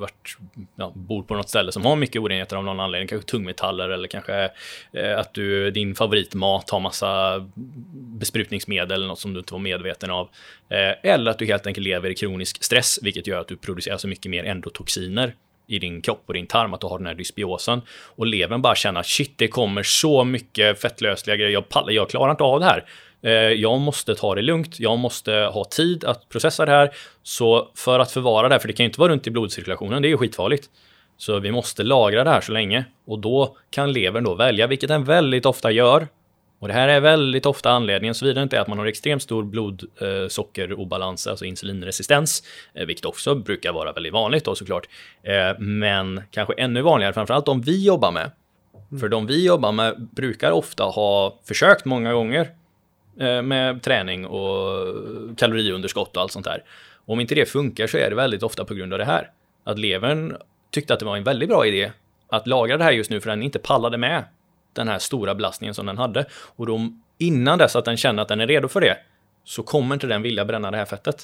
bor på något ställe som har mycket orenheter av någon anledning, kanske tungmetaller, eller kanske att din favoritmat har massa besprutningsmedel eller något som du inte var medveten av, eller att du helt enkelt lever i kronisk stress, vilket gör att du producerar så mycket mer endotoxiner i din kropp och din tarm, att du har den här dysbiosen, och levern bara känner att shit, det kommer så mycket fettlösliga grejer, jag klarar inte av det här, jag måste ta det lugnt, jag måste ha tid att processa det här, så för att förvara det här, för det kan ju inte vara runt i blodcirkulationen, det är ju skitfarligt, så vi måste lagra det här så länge, och då kan levern då välja, vilket den väldigt ofta gör. Och det här är väldigt ofta anledningen, såvida inte är att man har extremt stor blodsockerobalans, alltså insulinresistens, vilket också brukar vara väldigt vanligt då såklart. Men kanske ännu vanligare, framförallt de vi jobbar med. För de vi jobbar med brukar ofta ha försökt många gånger med träning och kaloriunderskott och allt sånt där. Och om inte det funkar så är det väldigt ofta på grund av det här. Att levern tyckte att det var en väldigt bra idé att lagra det här just nu, för den inte pallade med den här stora belastningen som den hade. Och då, innan dess att den känner att den är redo för det, så kommer inte den vilja bränna det här fettet.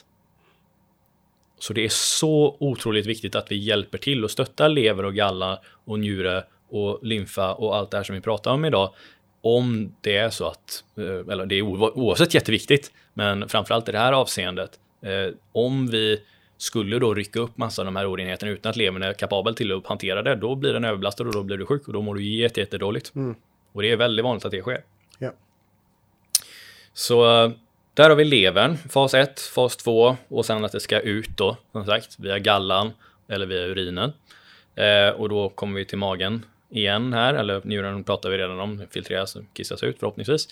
Så det är så otroligt viktigt att vi hjälper till och stöttar lever och galla och njure och lymfa och allt det här som vi pratar om idag. Om det är så att, eller det är oavsett jätteviktigt, men framförallt i det här avseendet, om vi skulle då rycka upp massa av de här orenheterna utan att levern är kapabel till att hantera det, då blir den överbelastad och då blir du sjuk och då mår du jättedåligt. Och det är väldigt vanligt att det sker. Ja. Så där har vi levern, fas 1, fas 2, och sen att det ska ut då, som sagt, via gallan eller via urinen. Och då kommer vi till magen igen här, eller njuren pratar vi redan om, filtreras och kissas ut förhoppningsvis.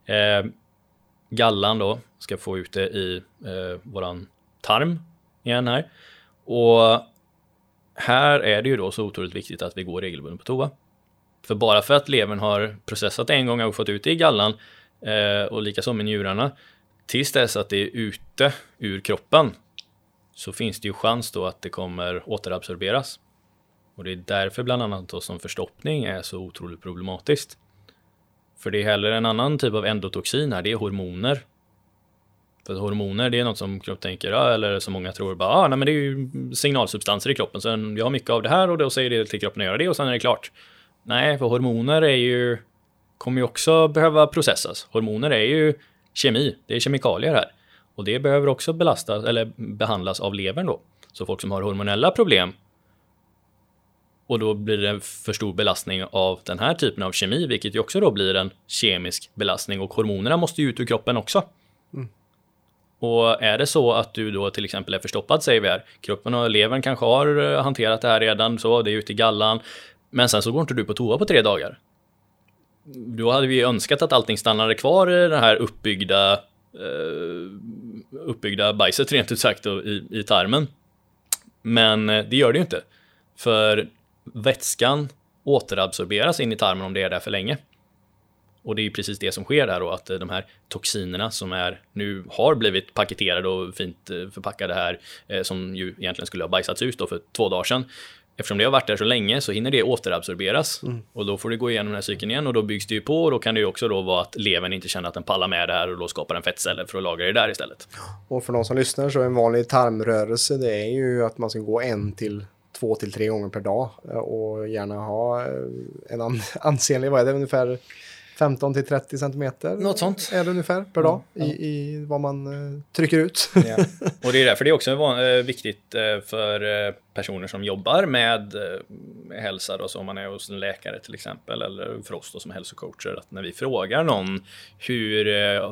Gallan då ska få ut det i våran tarm igen här. Och här är det ju då så otroligt viktigt att vi går regelbundet på toa. För bara för att levern har processat en gång och fått ut det i gallan, och likaså med njurarna, tills dess att det är ute ur kroppen, så finns det ju chans då att det kommer återabsorberas. Och det är därför bland annat då som förstoppning är så otroligt problematiskt. För det är heller en annan typ av endotoxin här, det är hormoner. För hormoner, det är något som kroppen tänker, eller som många tror, bara, nej men det är ju signalsubstanser i kroppen, så jag har mycket av det här och då säger det till kroppen att göra det och sen är det klart. Nej, för hormoner kommer ju också behöva processas. Hormoner är ju kemi, det är kemikalier här. Och det behöver också behandlas av levern då. Så folk som har hormonella problem, och då blir det för stor belastning av den här typen av kemi, vilket ju också då blir en kemisk belastning, och hormonerna måste ju ut ur kroppen också. Och är det så att du då till exempel är förstoppad, säger vi här, kroppen och levern kanske har hanterat det här redan, så det är ute i gallan, men sen så går inte du på toa på 3 dagar. Då hade vi önskat att allting stannade kvar i den här uppbyggda bajset rent ut sagt då, i tarmen. Men det gör det ju inte. För vätskan återabsorberas in i tarmen om det är där för länge. Och det är ju precis det som sker där då, att de här toxinerna som nu har blivit paketerade och fint förpackade här, som ju egentligen skulle ha bajsats ut då för 2 dagar sedan. Eftersom det har varit där så länge så hinner det återabsorberas. Och då får det gå igenom den här cykeln igen och då byggs det ju på, och då kan det ju också då vara att levern inte känner att den pallar med det här och då skapar en fettceller för att lagra det där istället. Och för någon som lyssnar så är en vanlig tarmrörelse, det är ju att man ska gå 1 till 2 till 3 gånger per dag och gärna ha en ansenlig, vad är det, ungefär 15 till 30 centimeter. Något sånt. Är det ungefär per dag i vad man trycker ut. Ja. Och det är därför det är också viktigt för personer som jobbar med hälsa då, så om man är hos en läkare till exempel, eller för oss då som hälsocoacher, att när vi frågar någon hur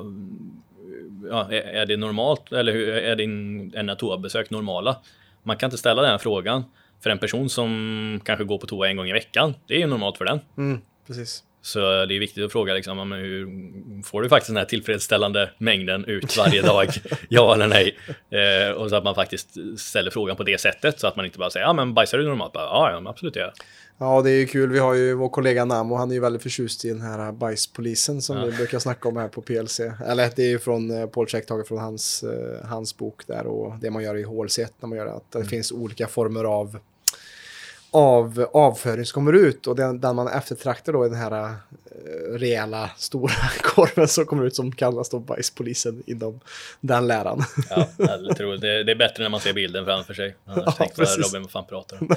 är det normalt, eller hur är en toabesök normala? Man kan inte ställa den frågan för en person som kanske går på toa 1 gång i veckan. Det är ju normalt för den. Precis. Så det är viktigt att fråga liksom, men hur får du faktiskt den här tillfredsställande mängden ut varje dag? Ja eller nej? Och så att man faktiskt ställer frågan på det sättet, så att man inte bara säger, men bajsar du normalt? Ja, absolut ja. Ja, det är ju kul. Vi har ju vår kollega Namo, han är ju väldigt förtjust i den här bajspolisen som vi brukar snacka om här på PLC. Eller det är ju från Paul Check, taget från hans bok där, och det man gör i HLC1 när man gör det, att det finns olika former av avföring som kommer ut, och den man eftertraktar då är den här rejäla stora korven som kommer ut, som kallas då bajspolisen inom den läran. Ja, jag tror det är bättre när man ser bilden framför sig. Annars tänkte jag, Robin, vad fan pratar om?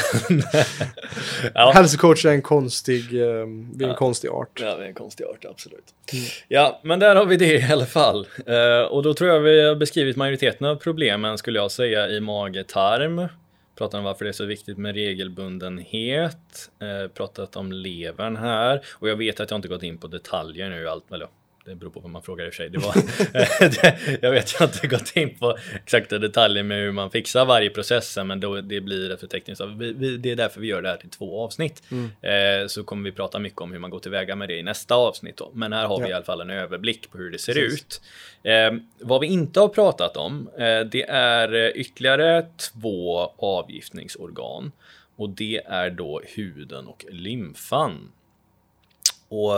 Ja. Hälsocoach är en konstig konstig art. Ja, det är en konstig art, absolut. Ja, men där har vi det i alla fall. Och då tror jag vi har beskrivit majoriteten av problemen, skulle jag säga, i mage-tarm. Pratat om varför det är så viktigt med regelbundenhet. Pratat om levern här. Och jag vet att jag inte gått in på detaljer nu. Eller det beror på vad man frågar i och för sig. Jag vet att jag inte gått in på exakta detaljer med hur man fixar varje process. Men då, det blir för tekniskt. Det är därför vi gör det här till 2 avsnitt. Så kommer vi prata mycket om hur man går tillväga med det i nästa avsnitt då. Men här har vi i alla fall en överblick på hur det ser ut. Vad vi inte har pratat om, det är ytterligare 2 avgiftningsorgan. Och det är då huden och lymfan. Och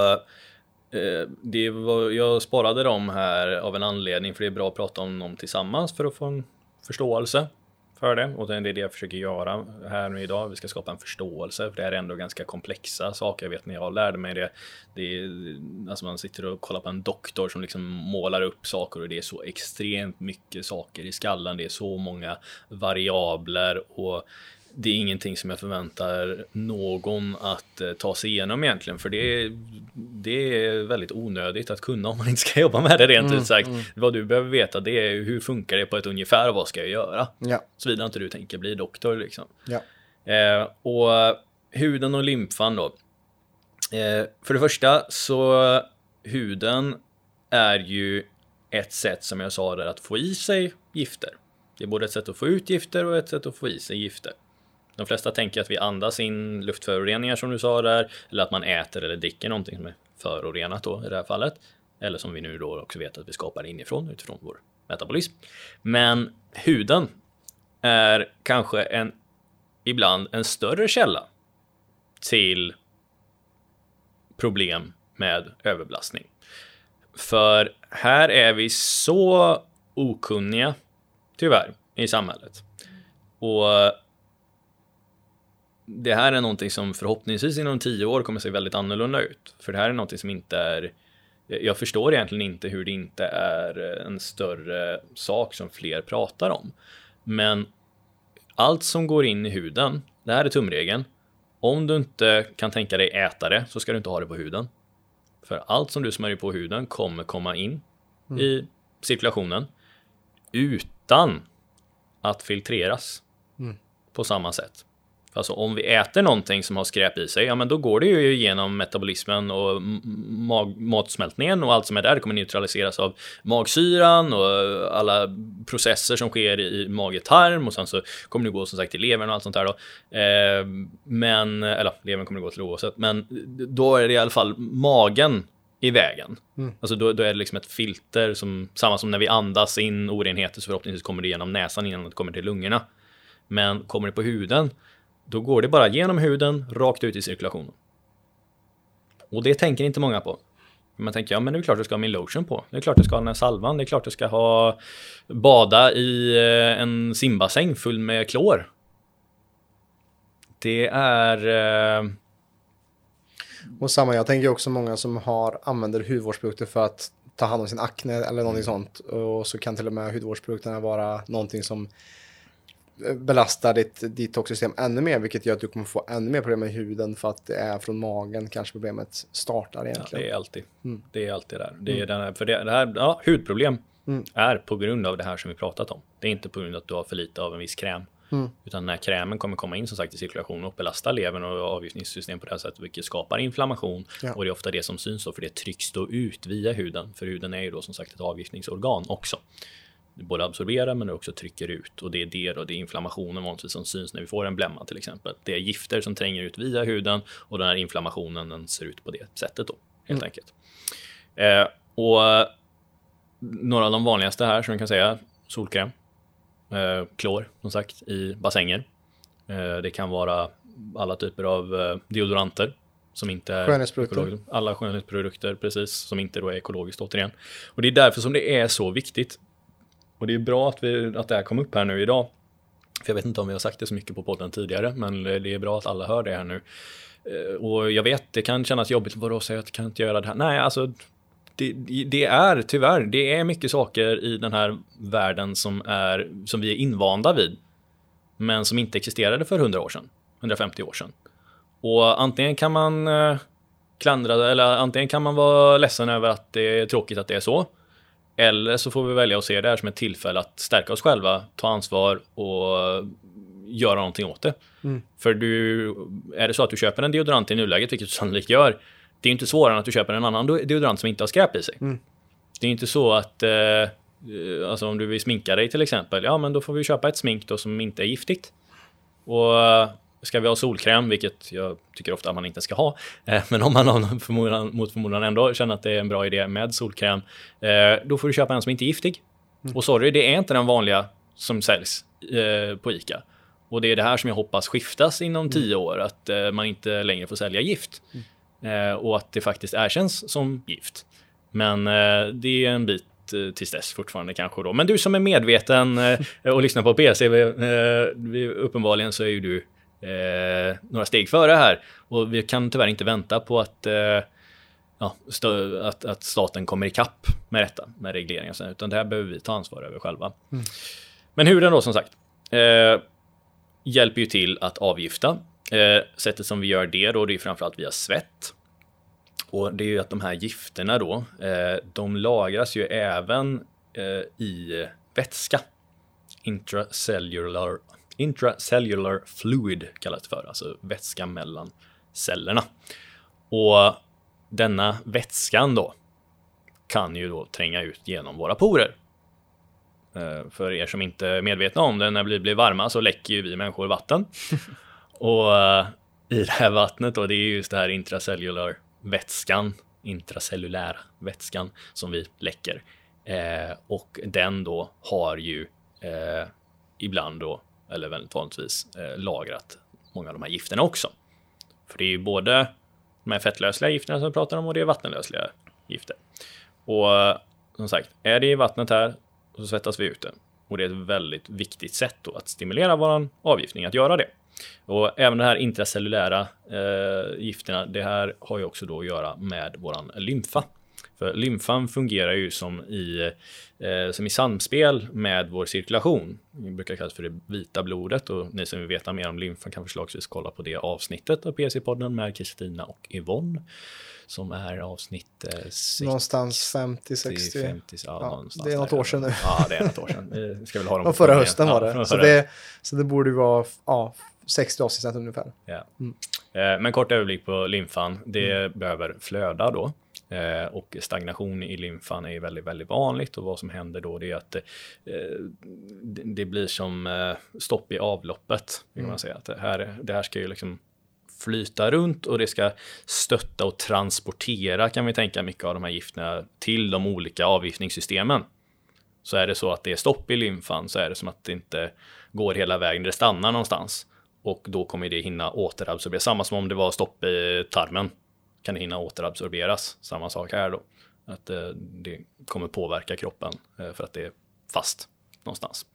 jag sparade dem här av en anledning, för det är bra att prata om dem tillsammans för att få en förståelse för det. Och det är det jag försöker göra här nu idag. Vi ska skapa en förståelse, för det är ändå ganska komplexa saker. Jag vet när jag lärde mig alltså man sitter och kollar på en doktor som liksom målar upp saker, och det är så extremt mycket saker i skallen. Det är så många variabler, och det är ingenting som jag förväntar någon att ta sig igenom egentligen, för det är väldigt onödigt att kunna om man inte ska jobba med det rent ut sagt. Vad du behöver veta, det är hur funkar det på ett ungefär, och vad ska jag göra? Ja. Såvida inte du tänker bli doktor liksom. Ja. Och huden och lymfan då. För det första så huden är ju ett sätt, som jag sa där, att få i sig gifter. Det är både ett sätt att få ut gifter och ett sätt att få i sig gifter. De flesta tänker att vi andas in luftföroreningar, som du sa där, eller att man äter eller dricker någonting som är förorenat då i det här fallet, eller som vi nu då också vet att vi skapar inifrån utifrån vår metabolism. Men huden är kanske ibland en större källa till problem med överbelastning. För här är vi så okunniga, tyvärr, i samhället. Och det här är någonting som förhoppningsvis inom 10 år kommer att se väldigt annorlunda ut. För det här är någonting som inte är... Jag förstår egentligen inte hur det inte är en större sak som fler pratar om. Men allt som går in i huden, det här är tumregeln. Om du inte kan tänka dig äta det så ska du inte ha det på huden. För allt som du smörjer på huden kommer komma in i cirkulationen utan att filtreras på samma sätt. Alltså om vi äter någonting som har skräp i sig, ja men då går det ju genom metabolismen och matsmältningen och allt som är där kommer neutraliseras av magsyran och alla processer som sker i mage-tarm och sen så kommer det gå som sagt till levern och allt sånt där då. Eller levern kommer det gå till oavsett, men då är det i alla fall magen i vägen. Alltså då är det liksom ett filter som, samma som när vi andas in orenheter så förhoppningsvis kommer det genom näsan innan det kommer till lungorna. Men kommer det på huden, då går det bara genom huden rakt ut i cirkulationen. Och det tänker inte många på. Man tänker, ja men det är klart du ska ha min lotion på. Det är klart du ska ha den här salvan. Det är klart du ska ha bada i en simbassäng full med klor. Det är... Och samma, jag tänker också många som använder hudvårdsprodukter för att ta hand om sin akne eller någonting sånt. Och så kan till och med hudvårdsprodukterna vara någonting som belastar ditt toxsystem ännu mer, vilket gör att du kommer få ännu mer problem med huden för att det är från magen kanske problemet startar egentligen. Ja, det är alltid. Det är alltid där. Det är den här, för det här hudproblem är på grund av det här som vi pratat om. Det är inte på grund av att du har för lite av en viss kräm. Utan när krämen kommer komma in som sagt i cirkulation och belasta levern och avgiftningssystem på det här sättet, vilket skapar inflammation. Och det är ofta det som syns då, för det trycks då ut via huden. För huden är ju då som sagt ett avgiftningsorgan också. Det både absorberar men det också trycker ut. Och det är inflammationen vanligtvis som syns när vi får en blämma till exempel. Det är gifter som tränger ut via huden och den här inflammationen den ser ut på det sättet då, helt enkelt. Och några av de vanligaste här som jag kan säga, solkräm, klor som sagt i bassänger. Det kan vara alla typer av deodoranter som inte är ekologiska. Alla skönhetsprodukter precis, som inte då är ekologiskt återigen. Och det är därför som det är så viktigt. Och det är bra att det här kom upp här nu idag. För jag vet inte om vi har sagt det så mycket på podden tidigare, men det är bra att alla hör det här nu. Och jag vet, det kan kännas jobbigt för att säga att jag kan inte göra det här. Nej, alltså det är tyvärr, det är mycket saker i den här världen som vi är invanda vid. Men som inte existerade för 100 år sedan, 150 år sedan. Och antingen kan man klandra det, eller antingen kan man vara ledsen över att det är tråkigt att det är så. Eller så får vi välja att se det här som ett tillfälle att stärka oss själva, ta ansvar och göra någonting åt det. För är det så att du köper en deodorant i nuläget, vilket du sannolikt gör, det är inte svårare än att du köper en annan deodorant som inte har skräp i sig. Det är inte så att alltså om du vill sminka dig till exempel, ja men då får vi köpa ett smink då som inte är giftigt. Och ska vi ha solkräm, vilket jag tycker ofta att man inte ska ha, men om man har mot förmodan ändå känner att det är en bra idé med solkräm, då får du köpa en som inte är giftig. Och sorry, det är inte den vanliga som säljs på ICA. Och det är det här som jag hoppas skiftas inom 10 år, att man inte längre får sälja gift. Och att det faktiskt erkänns som gift. Men det är en bit tills dess fortfarande kanske då. Men du som är medveten och lyssnar på PC, uppenbarligen så är ju du några steg före här. Och vi kan tyvärr inte vänta på att staten kommer i kapp med detta, med regleringar. Utan det här behöver vi ta ansvar över själva. Men huden då som sagt hjälper ju till att avgifta. Sättet som vi gör det då, det är framförallt via svett. Och det är ju att de här gifterna då, de lagras ju även i vätska. Intracellular fluid kallas det för, alltså vätska mellan cellerna. Och denna vätskan då kan ju då tränga ut genom våra porer. För er som inte är medvetna om det, när vi blir varma så läcker ju vi människor vatten. Och i det här vattnet då, det är just det här intracellulära vätskan som vi läcker. Och den då har ju ibland då, eller väldigt vanligtvis, lagrat många av de här gifterna också. För det är ju både de här fettlösliga gifterna som vi pratar om och det är vattenlösliga gifter. Och som sagt, är det i vattnet här så svettas vi ut det. Och det är ett väldigt viktigt sätt då att stimulera våran avgiftning att göra det. Och även de här intracellulära gifterna, det här har ju också då att göra med våran lymfa. För lymfan fungerar ju som i samspel med vår cirkulation. Det brukar kallas för det vita blodet, och ni som vill veta mer om lymfan kan förslagsvis kolla på det avsnittet av PC-podden med Kristina och Yvonne. Som är avsnitt 60, någonstans 50-60. 50, ja, någonstans det är något där. år sedan nu. Ja, det är något år sedan. Vi ska väl ha dem Och förra hösten var det. Ja, Så det borde ju vara 60 avsnitt ungefär. Ja. Men kort överblick på lymfan. Det behöver flöda då. Och stagnation i lymfan är väldigt, väldigt vanligt, och vad som händer då det är att det blir som stopp i avloppet, vill man säga. Att det här ska ju liksom flyta runt, och det ska stötta och transportera, kan vi tänka, mycket av de här gifterna till de olika avgiftningssystemen. Så är det så att det är stopp i lymfan, så är det som att det inte går hela vägen, det stannar någonstans, och då kommer det hinna återabsorberas. Samma som om det var stopp i tarmen, kan det hinna återabsorberas. Samma sak här då, att det kommer påverka kroppen för att det är fast någonstans.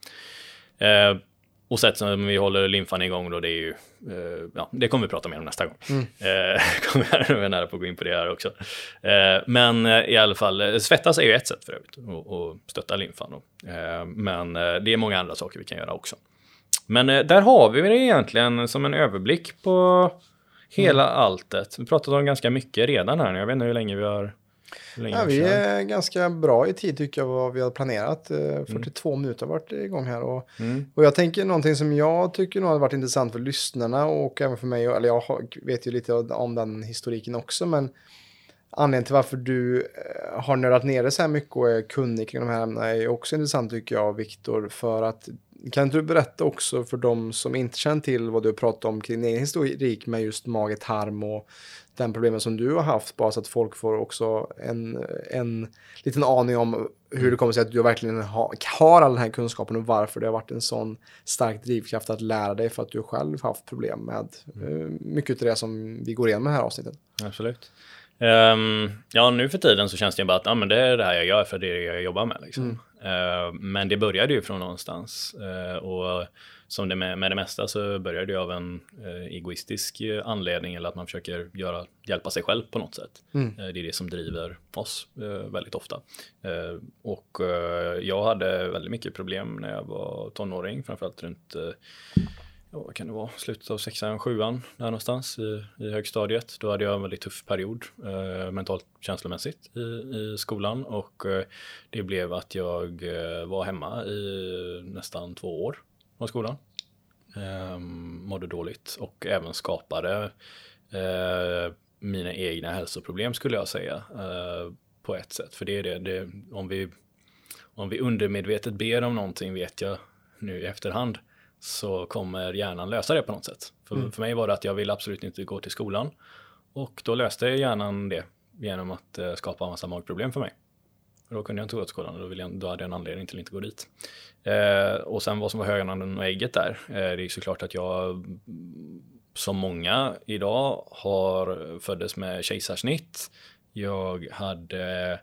Och sätt som vi håller lymfan igång då, det är ju, det kommer vi prata mer om nästa gång. Kommer jag nära på att gå in på det här också. Men i alla fall, svettas är ju ett sätt för övrigt att stötta lymfan då. Men det är många andra saker vi kan göra också. Men där har vi det egentligen som en överblick på hela alltet. Vi pratat om ganska mycket redan här nu. Jag vet inte hur länge vi har... Vi är ganska bra i tid tycker jag, vad vi har planerat. 42 minuter har varit igång här. Och jag tänker någonting som jag tycker nog har varit intressant för lyssnarna och även för mig. Eller jag vet ju lite om den historiken också, men anledningen till varför du har nördat ner det så här mycket och är kunnig kring de här ämnena är också intressant tycker jag, Viktor. För att, kan du berätta också för de som inte känner till vad du har pratat om kring din egen historik med just mage-tarm och den problemen som du har haft, bara så att folk får också en liten aning om hur det kommer sig att du verkligen har all den här kunskapen och varför det har varit en sån stark drivkraft att lära dig, för att du själv haft problem med mycket av det som vi går igenom med det här avsnittet. Absolut. Nu för tiden så känns det ju bara att det är det här jag gör för det jag jobbar med liksom. Men det började ju från någonstans, och som det med det mesta så började det av en egoistisk anledning, eller att man försöker hjälpa sig själv på något sätt. Det är det som driver oss väldigt ofta. Och jag hade väldigt mycket problem när jag var tonåring, framförallt runt vad kan det vara, slutet av 6:an, 7:an, där någonstans i högstadiet. Då hade jag en väldigt tuff period mentalt, känslomässigt i skolan, och det blev att jag var hemma i nästan 2 år på skolan. Mådde dåligt och även skapade mina egna hälsoproblem, skulle jag säga, på ett sätt. För det är det om vi undermedvetet ber om någonting, vet jag nu i efterhand, så kommer hjärnan lösa det på något sätt. För mig var det att jag ville absolut inte gå till skolan, och då löste hjärnan det genom att skapa en massa magproblem för mig. Och då kunde jag inte gå till skolan, och då hade jag en anledning till att inte gå dit. Och sen vad som var hönan och ägget där, det är såklart att jag, som många idag, föddes med kejsarsnitt. Jag hade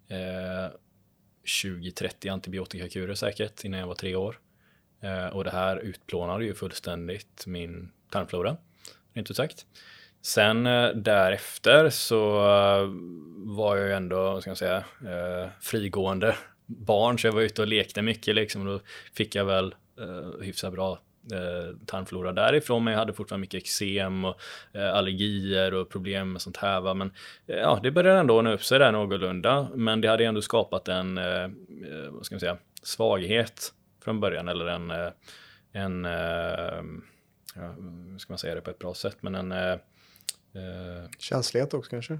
20-30 antibiotikakurer säkert innan jag var 3 år. Och det här utplånade ju fullständigt min tarmflora, inte sagt. Sen därefter så var jag ju ändå, ska jag säga, frigående barn, så jag var ute och lekte mycket liksom, och då fick jag väl hyfsat bra tarmflora därifrån, men jag hade fortfarande mycket eksem och allergier och problem med sånt här, va? Men det började ändå ordna upp sig där någorlunda, men det hade ändå skapat en vad ska man säga, svaghet från början, eller hur ska man säga det på ett bra sätt, men känslighet också kanske?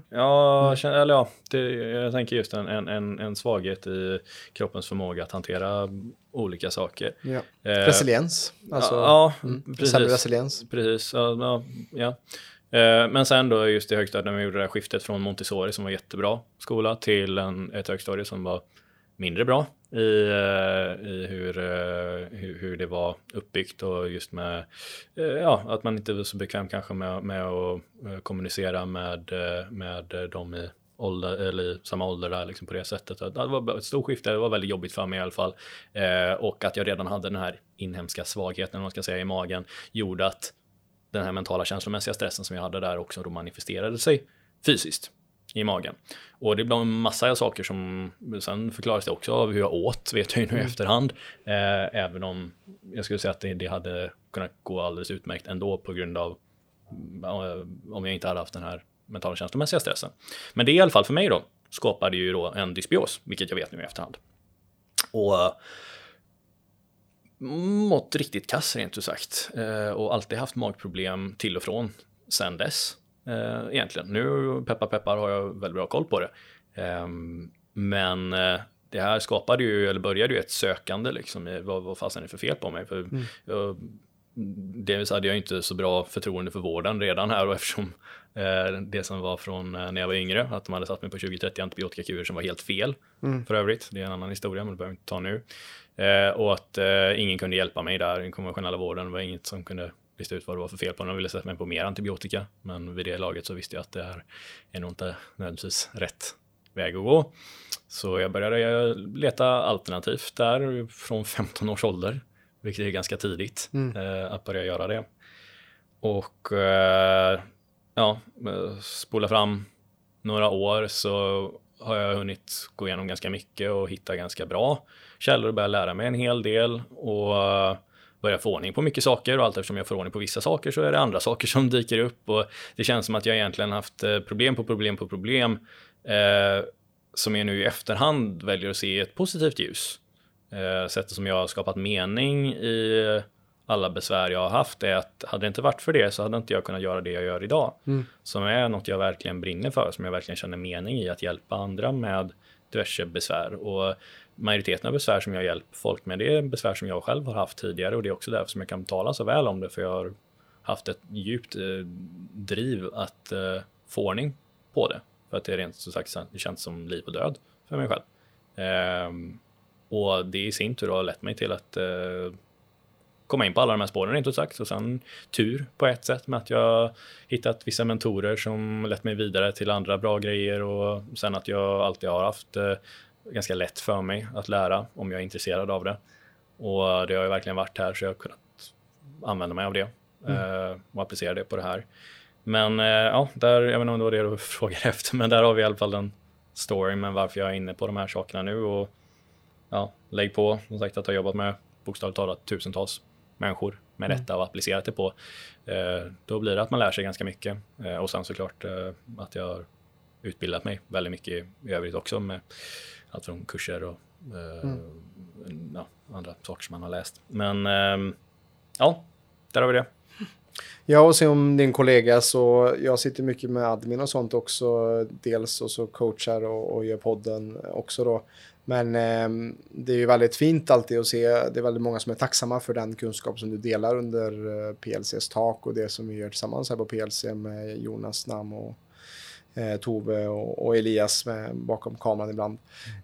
Jag tänker just en svaghet i kroppens förmåga att hantera olika saker. Ja. Resiliens. Alltså, precis. Resiliens. Precis, ja. Men sen då just i högstadiet, när vi gjorde det här skiftet från Montessori, som var jättebra skola, till ett högstadie som var mindre bra i hur det var uppbyggt, och just med att man inte var så bekväm kanske med att kommunicera med dem i ålder, eller i samma ålder där liksom på det sättet. Det var ett stort skifte, det var väldigt jobbigt för mig i alla fall. Och att jag redan hade den här inhemska svagheten, om man ska säga, i magen, gjorde att den här mentala känslomässiga stressen som jag hade där också då manifesterade sig fysiskt i magen. Och det blev en massa saker som sen förklaras det också av hur jag åt, vet jag ju nu i efterhand. Även om jag skulle säga att det hade kunnat gå alldeles utmärkt ändå på grund av om jag inte hade haft den här mentala känslomässiga stressen. Men det i alla fall för mig då skapade ju då en dysbios, vilket jag vet nu i efterhand. Och mått riktigt kass rent ut sagt. Och alltid haft magproblem till och från sen dess. Egentligen. Nu peppar har jag väldigt bra koll på det. Men det här skapade ju, eller började ju ett sökande liksom, vad fasen är för fel på mig. För dels hade jag inte så bra förtroende för vården redan här, och eftersom det som var från när jag var yngre, att de hade satt mig på 20-30 antibiotikakurer som var helt fel för övrigt. Det är en annan historia, men det behöver vi inte ta nu. Och att ingen kunde hjälpa mig där i den konventionella vården. Det var inget som kunde lista ut vad det var för fel på. De ville sätta mig på mer antibiotika, men vid det laget så visste jag att det här är nog inte nödvändigtvis rätt väg att gå. Så jag började leta alternativt där från 15 års ålder, vilket är ganska tidigt att börja göra det. Och spola fram några år så har jag hunnit gå igenom ganska mycket och hitta ganska bra källor och börja lära mig en hel del och börja få ordning på mycket saker, och allt eftersom jag får ordning på vissa saker så är det andra saker som dyker upp, och det känns som att jag egentligen haft problem på problem som jag nu i efterhand väljer att se i ett positivt ljus. Sättet som jag har skapat mening i alla besvär jag har haft är att hade det inte varit för det så hade inte jag kunnat göra det jag gör idag. Som är något jag verkligen brinner för, som jag verkligen känner mening i, att hjälpa andra med diverse besvär. Och majoriteten av besvär som jag hjälper folk med, det är besvär som jag själv har haft tidigare, och det är också därför som jag kan tala så väl om det, för jag har haft ett djupt driv att få ordning på det. För att det är rent så sagt, det känns som liv och död för mig själv. Och det i sin tur har lett mig till att komma in på alla de här spåren rent ut sagt. Och sen tur på ett sätt med att jag hittat vissa mentorer som lett mig vidare till andra bra grejer, och sen att jag alltid har haft ganska lätt för mig att lära om jag är intresserad av det. Och det har ju verkligen varit här, så jag har kunnat använda mig av det och applicera det på det här. Men där, jag vet inte om det var det du frågade efter, men där har vi i alla fall en story med varför jag är inne på de här sakerna nu. Och lägg på, som sagt, att jag har jobbat med bokstavligt talat tusentals människor med detta och applicerat det på. Då blir det att man lär sig ganska mycket. Och sen såklart att jag har utbildat mig väldigt mycket i övrigt också, med allt från kurser och andra saker som man har läst. Men där har vi det. Ja, och sen om din kollega, så jag sitter mycket med admin och sånt också, dels, och så coachar och gör podden också då. Men det är ju väldigt fint alltid att se, det är väldigt många som är tacksamma för den kunskap som du delar under PLCs tak, och det som vi gör tillsammans här på PLC med Jonas Nam och Tove och Elias bakom kameran ibland.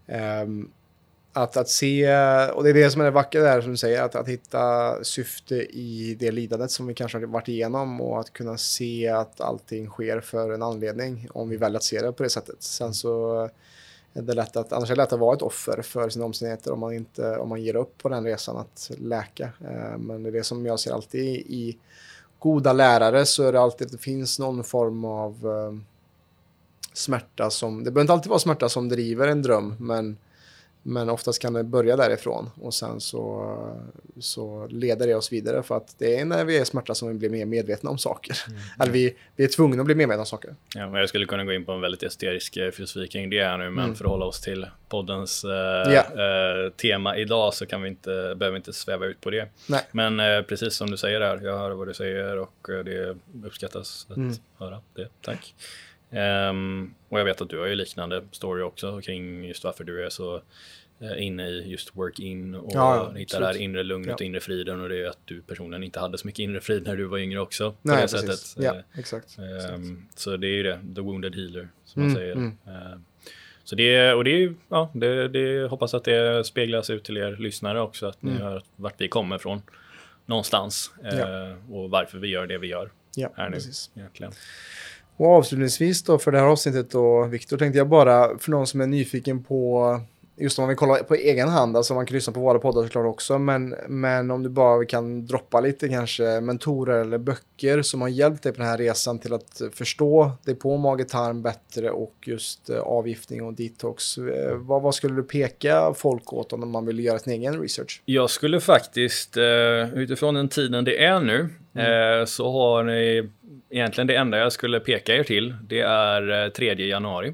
Att se, och det är det som är det vackra där som du säger, att hitta syfte i det lidandet som vi kanske har varit igenom, och att kunna se att allting sker för en anledning, om vi väljer att se det på det sättet. Sen så är det lätt att, annars är det lätt att vara ett offer för sina omständigheter om man ger upp på den resan att läka. Men det är det som jag ser alltid i goda lärare, så är det alltid att det finns någon form av smärta som, det behöver inte alltid vara smärta som driver en dröm, men oftast kan det börja därifrån, och sen så leder det oss vidare, för att det är när vi är smärta som vi blir mer medvetna om saker. Eller vi är tvungna att bli mer medvetna om saker. Ja, men jag skulle kunna gå in på en väldigt esoterisk filosofi kring det här nu, men för att hålla oss till poddens tema idag så behöver vi inte sväva ut på det. Nej. Men precis som du säger här, jag hör vad du säger och det uppskattas att höra det. Tack. Och jag vet att du har ju liknande story också kring just varför du är så inne i just work in och hitta det här inre lugnet och inre friden, och det är att du personligen inte hade så mycket inre frid när du var yngre också. Nej, på det precis. sättet. Ja, exakt. Så det är ju det, the wounded healer som man säger. Så det hoppas att det speglas ut till er lyssnare också, att ni hör vart vi kommer från någonstans och varför vi gör det vi gör här nu. Precis. Egentligen. Och avslutningsvis då för det här avsnittet då, Viktor, tänkte jag bara för någon som är nyfiken på, just om man vill kolla på egen hand, alltså man kan lyssna på våra poddar såklart också, men om du bara kan droppa lite kanske mentorer eller böcker som har hjälpt dig på den här resan till att förstå dig på mage-tarm bättre och just avgiftning och detox. Vad skulle du peka folk åt om man vill göra sin egen research? Jag skulle faktiskt, utifrån den tiden det är nu, så har ni egentligen det enda jag skulle peka er till, det är 3 januari.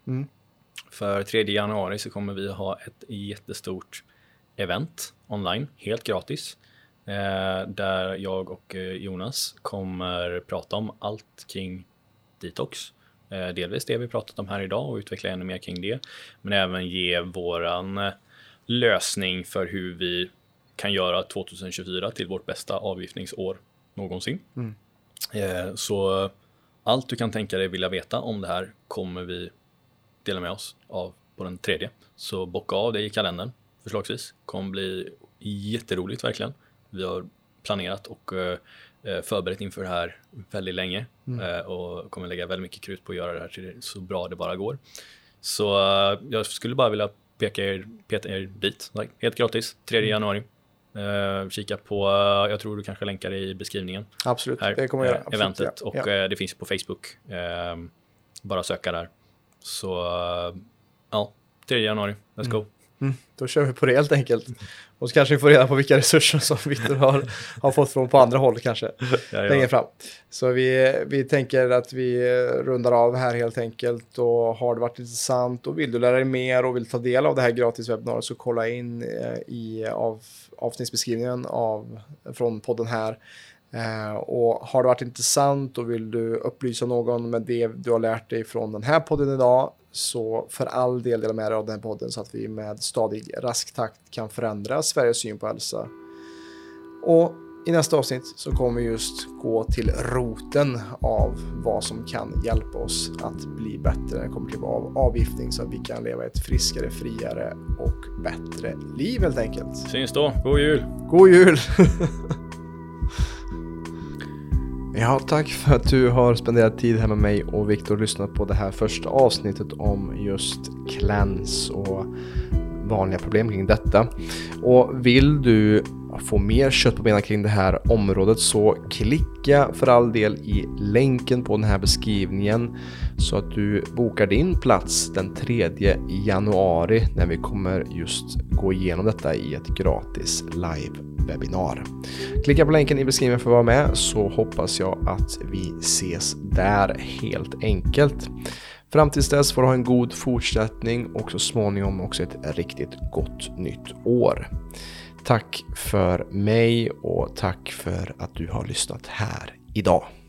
För 3 januari så kommer vi ha ett jättestort event online, helt gratis. Där jag och Jonas kommer prata om allt kring detox. Delvis det vi pratat om här idag och utveckla ännu mer kring det. Men även ge våran lösning för hur vi kan göra 2024 till vårt bästa avgiftningsår någonsin. Så allt du kan tänka dig vilja veta om det här kommer vi dela med oss av på den 3. Så bocka av det i kalendern förslagsvis. Kommer bli jätteroligt verkligen. Vi har planerat och förberett inför det här väldigt länge. Och kommer lägga väldigt mycket krut på att göra det här till så bra det bara går. Så jag skulle bara vilja peta er dit. Helt gratis, 3 januari. Kika på, jag tror du kanske länkar i beskrivningen. Absolut, här, det kommer jag göra. Eventet absolut, och det finns på Facebook. Bara söka där. Så ja, 3 januari, let's go. Då kör vi på det helt enkelt. Och så kanske vi får reda på vilka resurser som Viktor har fått från på andra håll kanske längre fram. Så vi tänker att vi rundar av här helt enkelt. Och har det varit intressant och vill du lära dig mer och vill ta del av det här gratis webbinariet, så kolla in i avsnittsbeskrivningen från podden här. Och har det varit intressant och vill du upplysa någon med det du har lärt dig från den här podden idag, så för all del dela med dig av den här podden så att vi med stadig rask takt kan förändra Sveriges syn på hälsa. Och i nästa avsnitt så kommer vi just gå till roten av vad som kan hjälpa oss att bli bättre när det kommer till avgiftning, så att vi kan leva ett friskare, friare och bättre liv helt enkelt. Syns då, god jul! God jul! Ja, tack för att du har spenderat tid här med mig och Viktor och lyssnat på det här första avsnittet om just cleanse och vanliga problem kring detta. Och vill du få mer kött på benen kring det här området, så klicka för all del i länken på den här beskrivningen så att du bokar din plats den 3 januari när vi kommer just gå igenom detta i ett gratis live-webinar. Klicka på länken i beskrivningen för att vara med, så hoppas jag att vi ses där helt enkelt. Fram tills dess får du ha en god fortsättning och så småningom också ett riktigt gott nytt år. Tack för mig och tack för att du har lyssnat här idag.